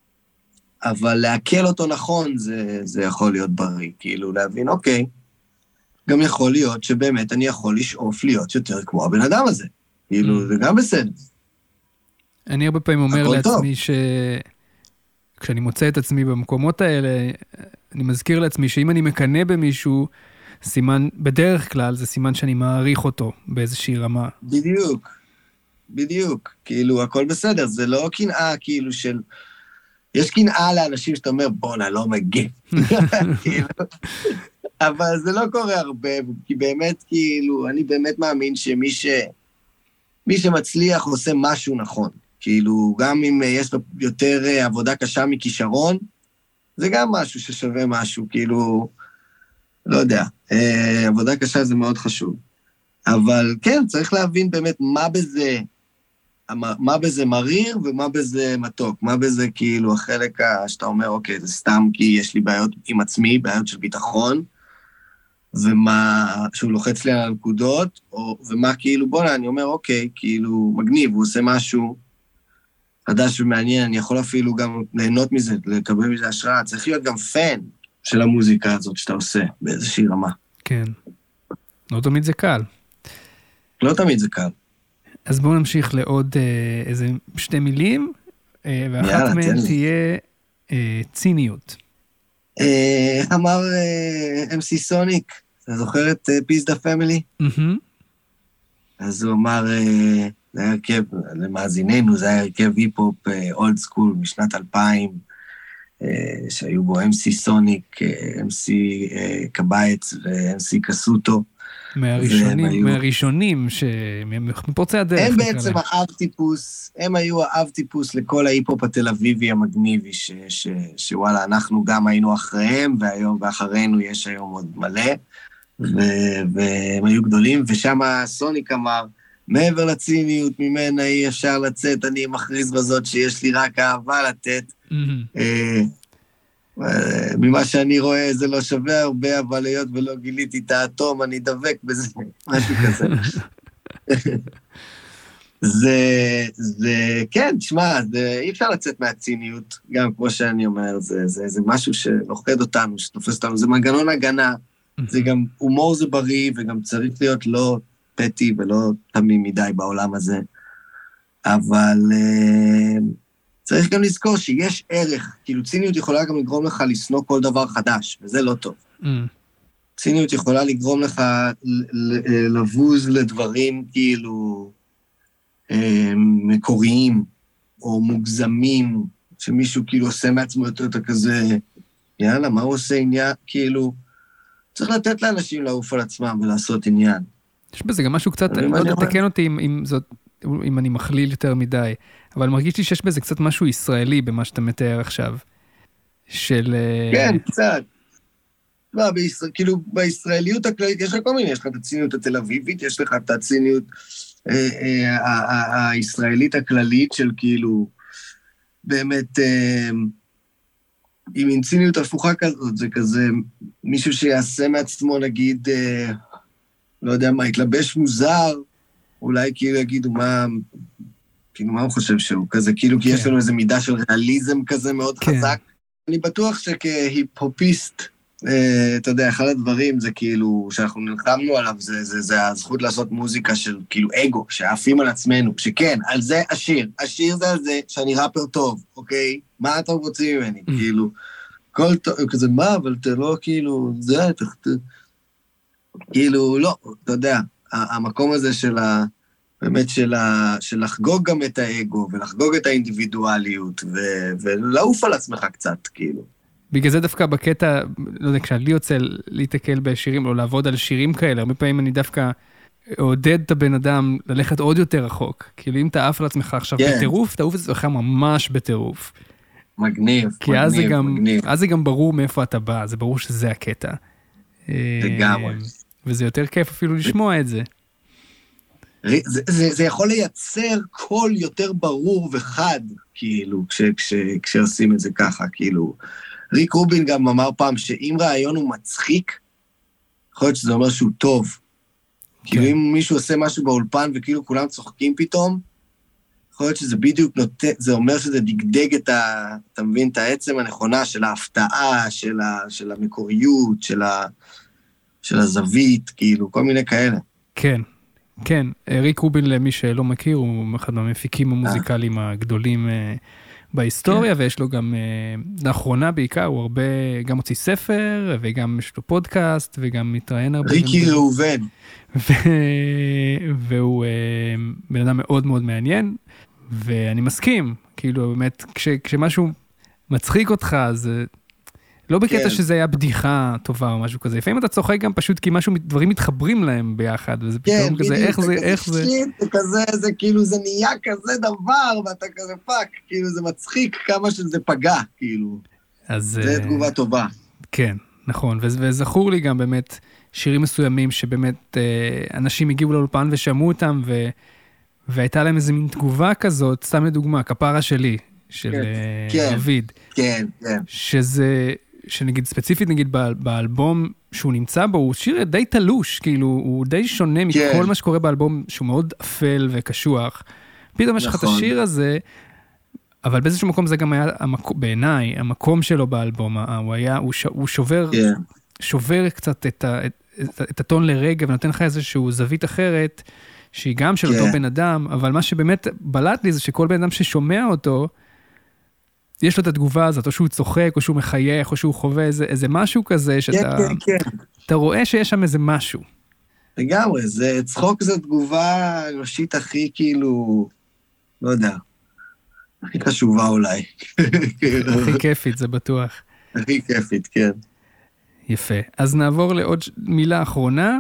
Speaker 2: אבל להקל אותו נכון, זה, זה יכול להיות בריא. כאילו, להבין, אוקיי, גם יכול להיות שבאמת אני יכול לשאוף להיות יותר כמו הבן אדם הזה. כאילו, זה גם בסדר.
Speaker 1: אני הרבה פעמים אומר לעצמי ש... כשאני מוצא את עצמי במקומות האלה, אני מזכיר לעצמי שאם אני מקנה במישהו, סימן, בדרך כלל זה סימן שאני מעריך אותו באיזושהי רמה.
Speaker 2: בדיוק, בדיוק. כאילו, הכל בסדר, זה לא קנאה כאילו של... יש קנאה לאנשים שאתה אומר, בונה, לא מגיע. כאילו, אבל זה לא קורה הרבה, כי באמת, כאילו, אני באמת מאמין שמי ש... מי שמצליח עושה משהו נכון. כאילו, גם אם יש לו יותר עבודה קשה מכישרון, זה גם משהו ששווה משהו, כאילו, לא יודע, עבודה קשה זה מאוד חשוב. אבל כן, צריך להבין באמת מה בזה, מה בזה מריר ומה בזה מתוק, מה בזה כאילו החלק שאתה אומר, אוקיי, זה סתם כי יש לי בעיות עם עצמי, בעיות של ביטחון, ומה שהוא לוחץ לי על הנקודות, או, ומה כאילו, בוא, אני אומר, אוקיי, כאילו, מגניב, הוא עושה משהו חדש ומעניין, אני יכול אפילו גם ליהנות מזה, לקבל מזה השראה, צריך להיות גם פן של המוזיקה הזאת שאתה עושה, באיזושהי רמה.
Speaker 1: כן. לא תמיד זה קל.
Speaker 2: לא תמיד זה קל.
Speaker 1: אז בואו נמשיך לעוד אה, איזה שתי מילים, אה, ואחת מהן תהיה אה, ציניות.
Speaker 2: אה, אמר אה, אם סי סוניק, אתה זוכר את אה, Peace the Family?
Speaker 1: Mm-hmm.
Speaker 2: אז הוא אמר, אה, זה היה הרכב, למאזיננו, זה היה הרכב היפ-הופ אולד סקול משנת אלפיים, אה, שהיו בו אם סי סוניק, אה, אם סי אה, קבייץ ו-אם סי קסוטו.
Speaker 1: מהראשונים, היו... מהראשונים, מפורצי הדרך.
Speaker 2: הם בעצם האב טיפוס, הם היו האב טיפוס לכל ההיפ-הופ התל אביבי המגניבי, ש, ש, שוואלה, אנחנו גם היינו אחריהם, והיום, ואחרינו יש היום עוד מלא, ו, והם היו גדולים, ושם סוניק אמר, מעבר לציניות ממנה אי אפשר לצאת, אני מכריז בזאת שיש לי רק אהבה לתת, ממה שאני רואה זה לא שווה הרבה, אבל היות ולא גיליתי את האטום, אני דבק בזה, משהו כזה. זה, זה, כן, תשמע, אי אפשר לצאת מהציניות, גם כמו שאני אומר, זה, זה, זה משהו שלוחד אותנו, שתופס אותנו, זה מנגנון הגנה, זה גם, הומור זה בריא, וגם צריך להיות לא פטי ולא תמים מדי בעולם הזה, אבל... צריך גם לזכור שיש ערך, כאילו ציניות יכולה גם לגרום לך לסנוע כל דבר חדש, וזה לא טוב. Mm. ציניות יכולה לגרום לך לבוז לדברים כאילו מקוריים, או מוגזמים, שמישהו כאילו עושה מעצמו יותר כזה, יאללה, מה הוא עושה עניין? כאילו, צריך לתת לאנשים לעוף על עצמם ולעשות עניין.
Speaker 1: יש בזה גם משהו קצת, לא יודע, תקן אותי אם, אם זאת... אם אני מכליל יותר מדי, אבל מרגיש לי שיש בזה קצת משהו ישראלי במה שאתה מתאר עכשיו, של...
Speaker 2: כן, קצת. לא, בישראל, כאילו, בישראליות הכללית, יש לך כל מיני, יש לך את הציניות התל אביבית, יש לך את הציניות אה, אה, אה, הישראלית הכללית של כאילו, באמת, אה, עם ציניות הפוכה כזאת, זה כזה, מישהו שיעשה מעצמו, נגיד, אה, לא יודע מה, יתלבש מוזר, אולי כאילו יגידו מה, כאילו מה הוא חושב שהוא כזה, כאילו כי יש לנו איזו מידה של ריאליזם כזה מאוד חזק. אני בטוח שכהיפ-הופיסט, אתה יודע, אחד הדברים זה כאילו, שאנחנו נלחמנו עליו, זה הזכות לעשות מוזיקה של כאילו אגו, שעפים על עצמנו, שכן, על זה השיר, השיר זה על זה שאני ראפר טוב, אוקיי? מה אתם רוצים ממני? כאילו, כל טוב, כזה מה, אבל אתה לא כאילו, זה, כאילו, לא, אתה יודע, המקום הזה של ה... באמת של, ה, של לחגוג גם את האגו, ולחגוג את האינדיבידואליות, ו, ולעוף על עצמך קצת, כאילו.
Speaker 1: בגלל זה דווקא בקטע, לא יודע, כשאני יוצא להתקל בשירים, או לעבוד על שירים כאלה, הרבה פעמים אני דווקא עודד את הבן אדם ללכת עוד יותר רחוק. כאילו אם אתה עף על עצמך עכשיו כן. בטירוף, תעוף את עצמך ממש בטירוף.
Speaker 2: מגניב,
Speaker 1: כי
Speaker 2: מגניב,
Speaker 1: אז זה גם,
Speaker 2: מגניב.
Speaker 1: אז זה גם ברור מאיפה אתה בא, זה ברור שזה הקטע.
Speaker 2: לגמרי.
Speaker 1: וזה יותר כיף אפילו לשמוע את זה.
Speaker 2: זה, זה, זה יכול לייצר קול יותר ברור וחד, כאילו, כש, כש, כשעושים את זה ככה, כאילו. ריק רובין גם אמר פעם שאם רעיון הוא מצחיק, יכול להיות שזה אומר שהוא טוב. כאילו אם מישהו עושה משהו באולפן וכאילו כולם צוחקים פתאום, יכול להיות שזה בדיוק נותן, זה אומר שזה דגדג את ה... אתה מבין, את העצם הנכונה של ההפתעה, של, ה, של המקוריות, של, ה, של הזווית, כאילו, כל מיני כאלה. כן,
Speaker 1: כן. ריק רובין, למי שלא מכיר, הוא אחד מהמפיקים המוזיקליים הגדולים בהיסטוריה, ויש לו גם, לאחרונה בעיקר, הוא הרבה, גם הוציא ספר, וגם יש לו פודקאסט, וגם מתראיין הרבה.
Speaker 2: ריקי ראובן.
Speaker 1: והוא בן אדם מאוד מאוד מעניין, ואני מסכים, כאילו באמת, כש, כשמשהו מצחיק אותך, אז לא בקטע כן. שזה היה בדיחה טובה או משהו כזה, לפעמים אתה צוחק גם פשוט כי משהו, דברים מתחברים להם ביחד, וזה
Speaker 2: כן,
Speaker 1: פתאום כזה, איך זה, איך זה...
Speaker 2: זה כזה, זה כאילו, זה נהיה כזה דבר, ואתה כזה פאק, כאילו זה מצחיק כמה שזה פגע, כאילו. אז... זה תגובה טובה.
Speaker 1: כן, נכון, וזכור לי גם באמת שירים מסוימים, שבאמת אנשים הגיעו לאולפן ושמעו אותם, ו... והייתה להם איזו מין תגובה כזאת, סתם לדוגמה, כפרה שלי, של רביד.
Speaker 2: כן, כן.
Speaker 1: שזה, שנגיד ספציפית, נגיד באלבום שהוא נמצא בו, הוא שיר די תלוש, כאילו, הוא די שונה מכל מה שקורה באלבום, שהוא מאוד אפל וקשוח. פתאום יש לך את השיר הזה, אבל באיזשהו מקום זה גם היה, בעיניי, המקום שלו באלבום, הוא היה, הוא שובר, שובר קצת את הטון לרגע, ונותן לך איזשהו זווית אחרת, שהיא גם של אותו בן אדם, אבל מה שבאמת בלט לי זה שכל בן אדם ששומע אותו, יש לו את התגובה הזאת, או שהוא צוחק, או שהוא מחייך, או שהוא חווה איזה, איזה משהו כזה, שאתה
Speaker 2: כן, כן, כן.
Speaker 1: אתה רואה שיש שם איזה משהו.
Speaker 2: לגמרי, זה, צחוק זה תגובה אנושית הכי כאילו, לא יודע, הכי חשובה אולי.
Speaker 1: הכי כיפית, זה בטוח.
Speaker 2: הכי כיפית, כן.
Speaker 1: יפה. אז נעבור לעוד מילה אחרונה.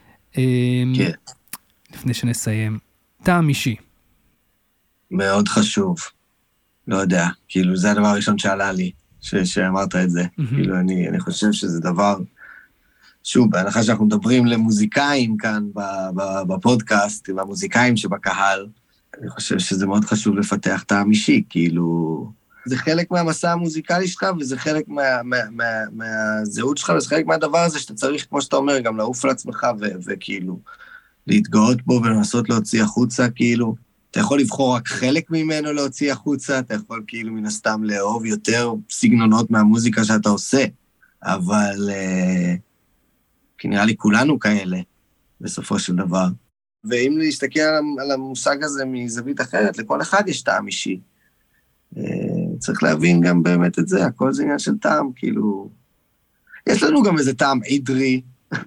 Speaker 2: כן.
Speaker 1: לפני שנסיים. טעם אישי.
Speaker 2: מאוד חשוב. לא יודע, כאילו זה הדבר הראשון שעלה לי, ש- שאמרת את זה. Mm-hmm. כאילו אני, אני חושב שזה דבר, שוב, בהנחה שאנחנו מדברים למוזיקאים כאן בפודקאסט, עם המוזיקאים שבקהל, אני חושב שזה מאוד חשוב לפתח טעם אישי, כאילו, זה חלק מהמסע המוזיקלי שלך, וזה חלק מה, מה, מה, מהזהות שלך, וזה חלק מהדבר הזה שאתה צריך, כמו שאתה אומר, גם לעוף לעצמך, ו- וכאילו, להתגאות בו ולנסות להוציא החוצה, כאילו, אתה יכול לבחור רק חלק ממנו להוציא החוצה, אתה יכול כאילו מן הסתם לאהוב יותר סגנונות מהמוזיקה שאתה עושה, אבל אה, כי נראה לי כולנו כאלה, בסופו של דבר. ואם להסתכל על המושג הזה מזווית אחרת, לכל אחד יש טעם אישי. אה, צריך להבין גם באמת את זה, הכל זה עניין של טעם, כאילו... יש לנו גם איזה טעם עדרי,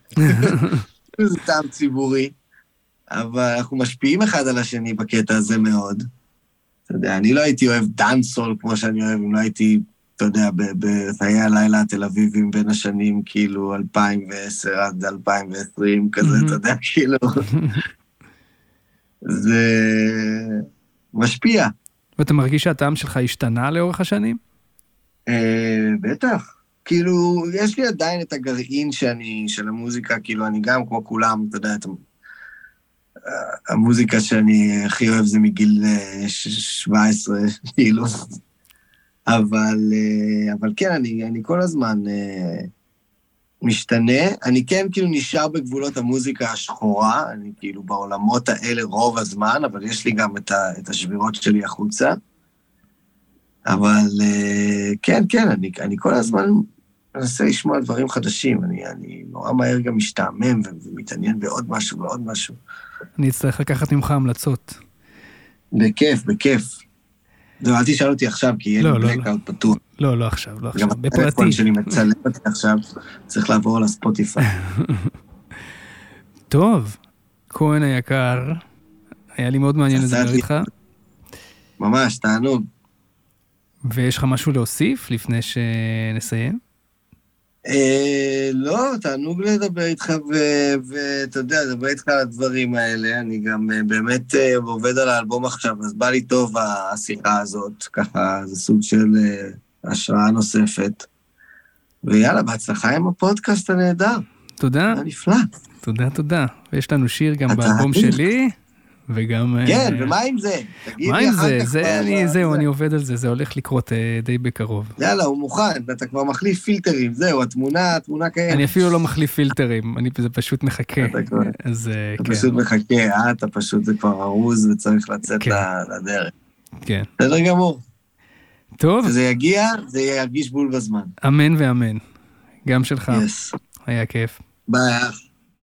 Speaker 2: איזה טעם ציבורי, אבל אנחנו משפיעים אחד על השני בקטע הזה מאוד. אתה יודע, אני לא הייתי אוהב דאנסול כמו שאני אוהב, אם לא הייתי, אתה יודע, בחיי הלילה התל אביבים בין השנים, כאילו, אלפיים ועשר עד אלפיים ועשרים, כזה, אתה יודע, כאילו. זה משפיע.
Speaker 1: ואתה מרגיש שהטעם שלך השתנה לאורך השנים?
Speaker 2: בטח. כאילו, יש לי עדיין את הגרעין שאני, של המוזיקה, כאילו, אני גם כמו כולם, אתה יודע, אתה... המוזיקה שאני הכי אוהב זה מגיל שבע עשרה, כאילו. אבל, אבל כן, אני, אני כל הזמן משתנה. אני כן כאילו נשאר בגבולות המוזיקה השחורה, אני כאילו בעולמות האלה רוב הזמן, אבל יש לי גם את, ה, את השבירות שלי החוצה. אבל כן, כן, אני, אני כל הזמן מנסה לשמוע דברים חדשים. אני, אני נורא מהר גם משתעמם ומתעניין בעוד משהו ועוד משהו.
Speaker 1: אני אצטרך לקחת ממך המלצות.
Speaker 2: בכיף, בכיף. לא, אל תשאל אותי עכשיו, כי יהיה לי בלקאוט פתוח.
Speaker 1: לא, לא עכשיו, לא עכשיו,
Speaker 2: בפרטי. גם הטלפון שלי מצלם אותי עכשיו, צריך לעבור לספוטיפיי.
Speaker 1: טוב, כהן היקר, היה לי מאוד מעניין לדבר איתך.
Speaker 2: ממש, תענוג.
Speaker 1: ויש לך משהו להוסיף לפני שנסיים?
Speaker 2: לא, תענוג לדבר איתך, ואתה יודע, לדבר איתך על הדברים האלה, אני גם באמת עובד על האלבום עכשיו, אז בא לי טוב השיחה הזאת, ככה, זה סוג של השראה נוספת, ויאללה, בהצלחה עם הפודקאסט הנהדר.
Speaker 1: תודה.
Speaker 2: זה נפלא.
Speaker 1: תודה, תודה. ויש לנו שיר גם באלבום שלי, וגם...
Speaker 2: כן, ומה עם זה?
Speaker 1: מה עם זה? זה אני, זהו, אני עובד על זה, זה הולך לקרות די בקרוב.
Speaker 2: יאללה, הוא מוכן, אתה כבר מחליף פילטרים, זהו, התמונה, התמונה קיימת.
Speaker 1: אני אפילו לא מחליף פילטרים, אני זה פשוט מחכה. אז
Speaker 2: אתה
Speaker 1: כן.
Speaker 2: פשוט מחכה, אה, אתה פשוט, זה כבר ארוז וצריך לצאת לדרך.
Speaker 1: כן.
Speaker 2: בסדר גמור.
Speaker 1: טוב.
Speaker 2: כשזה יגיע, זה ירגיש בול בזמן.
Speaker 1: אמן ואמן. גם שלך.
Speaker 2: יס.
Speaker 1: היה כיף.
Speaker 2: ביי.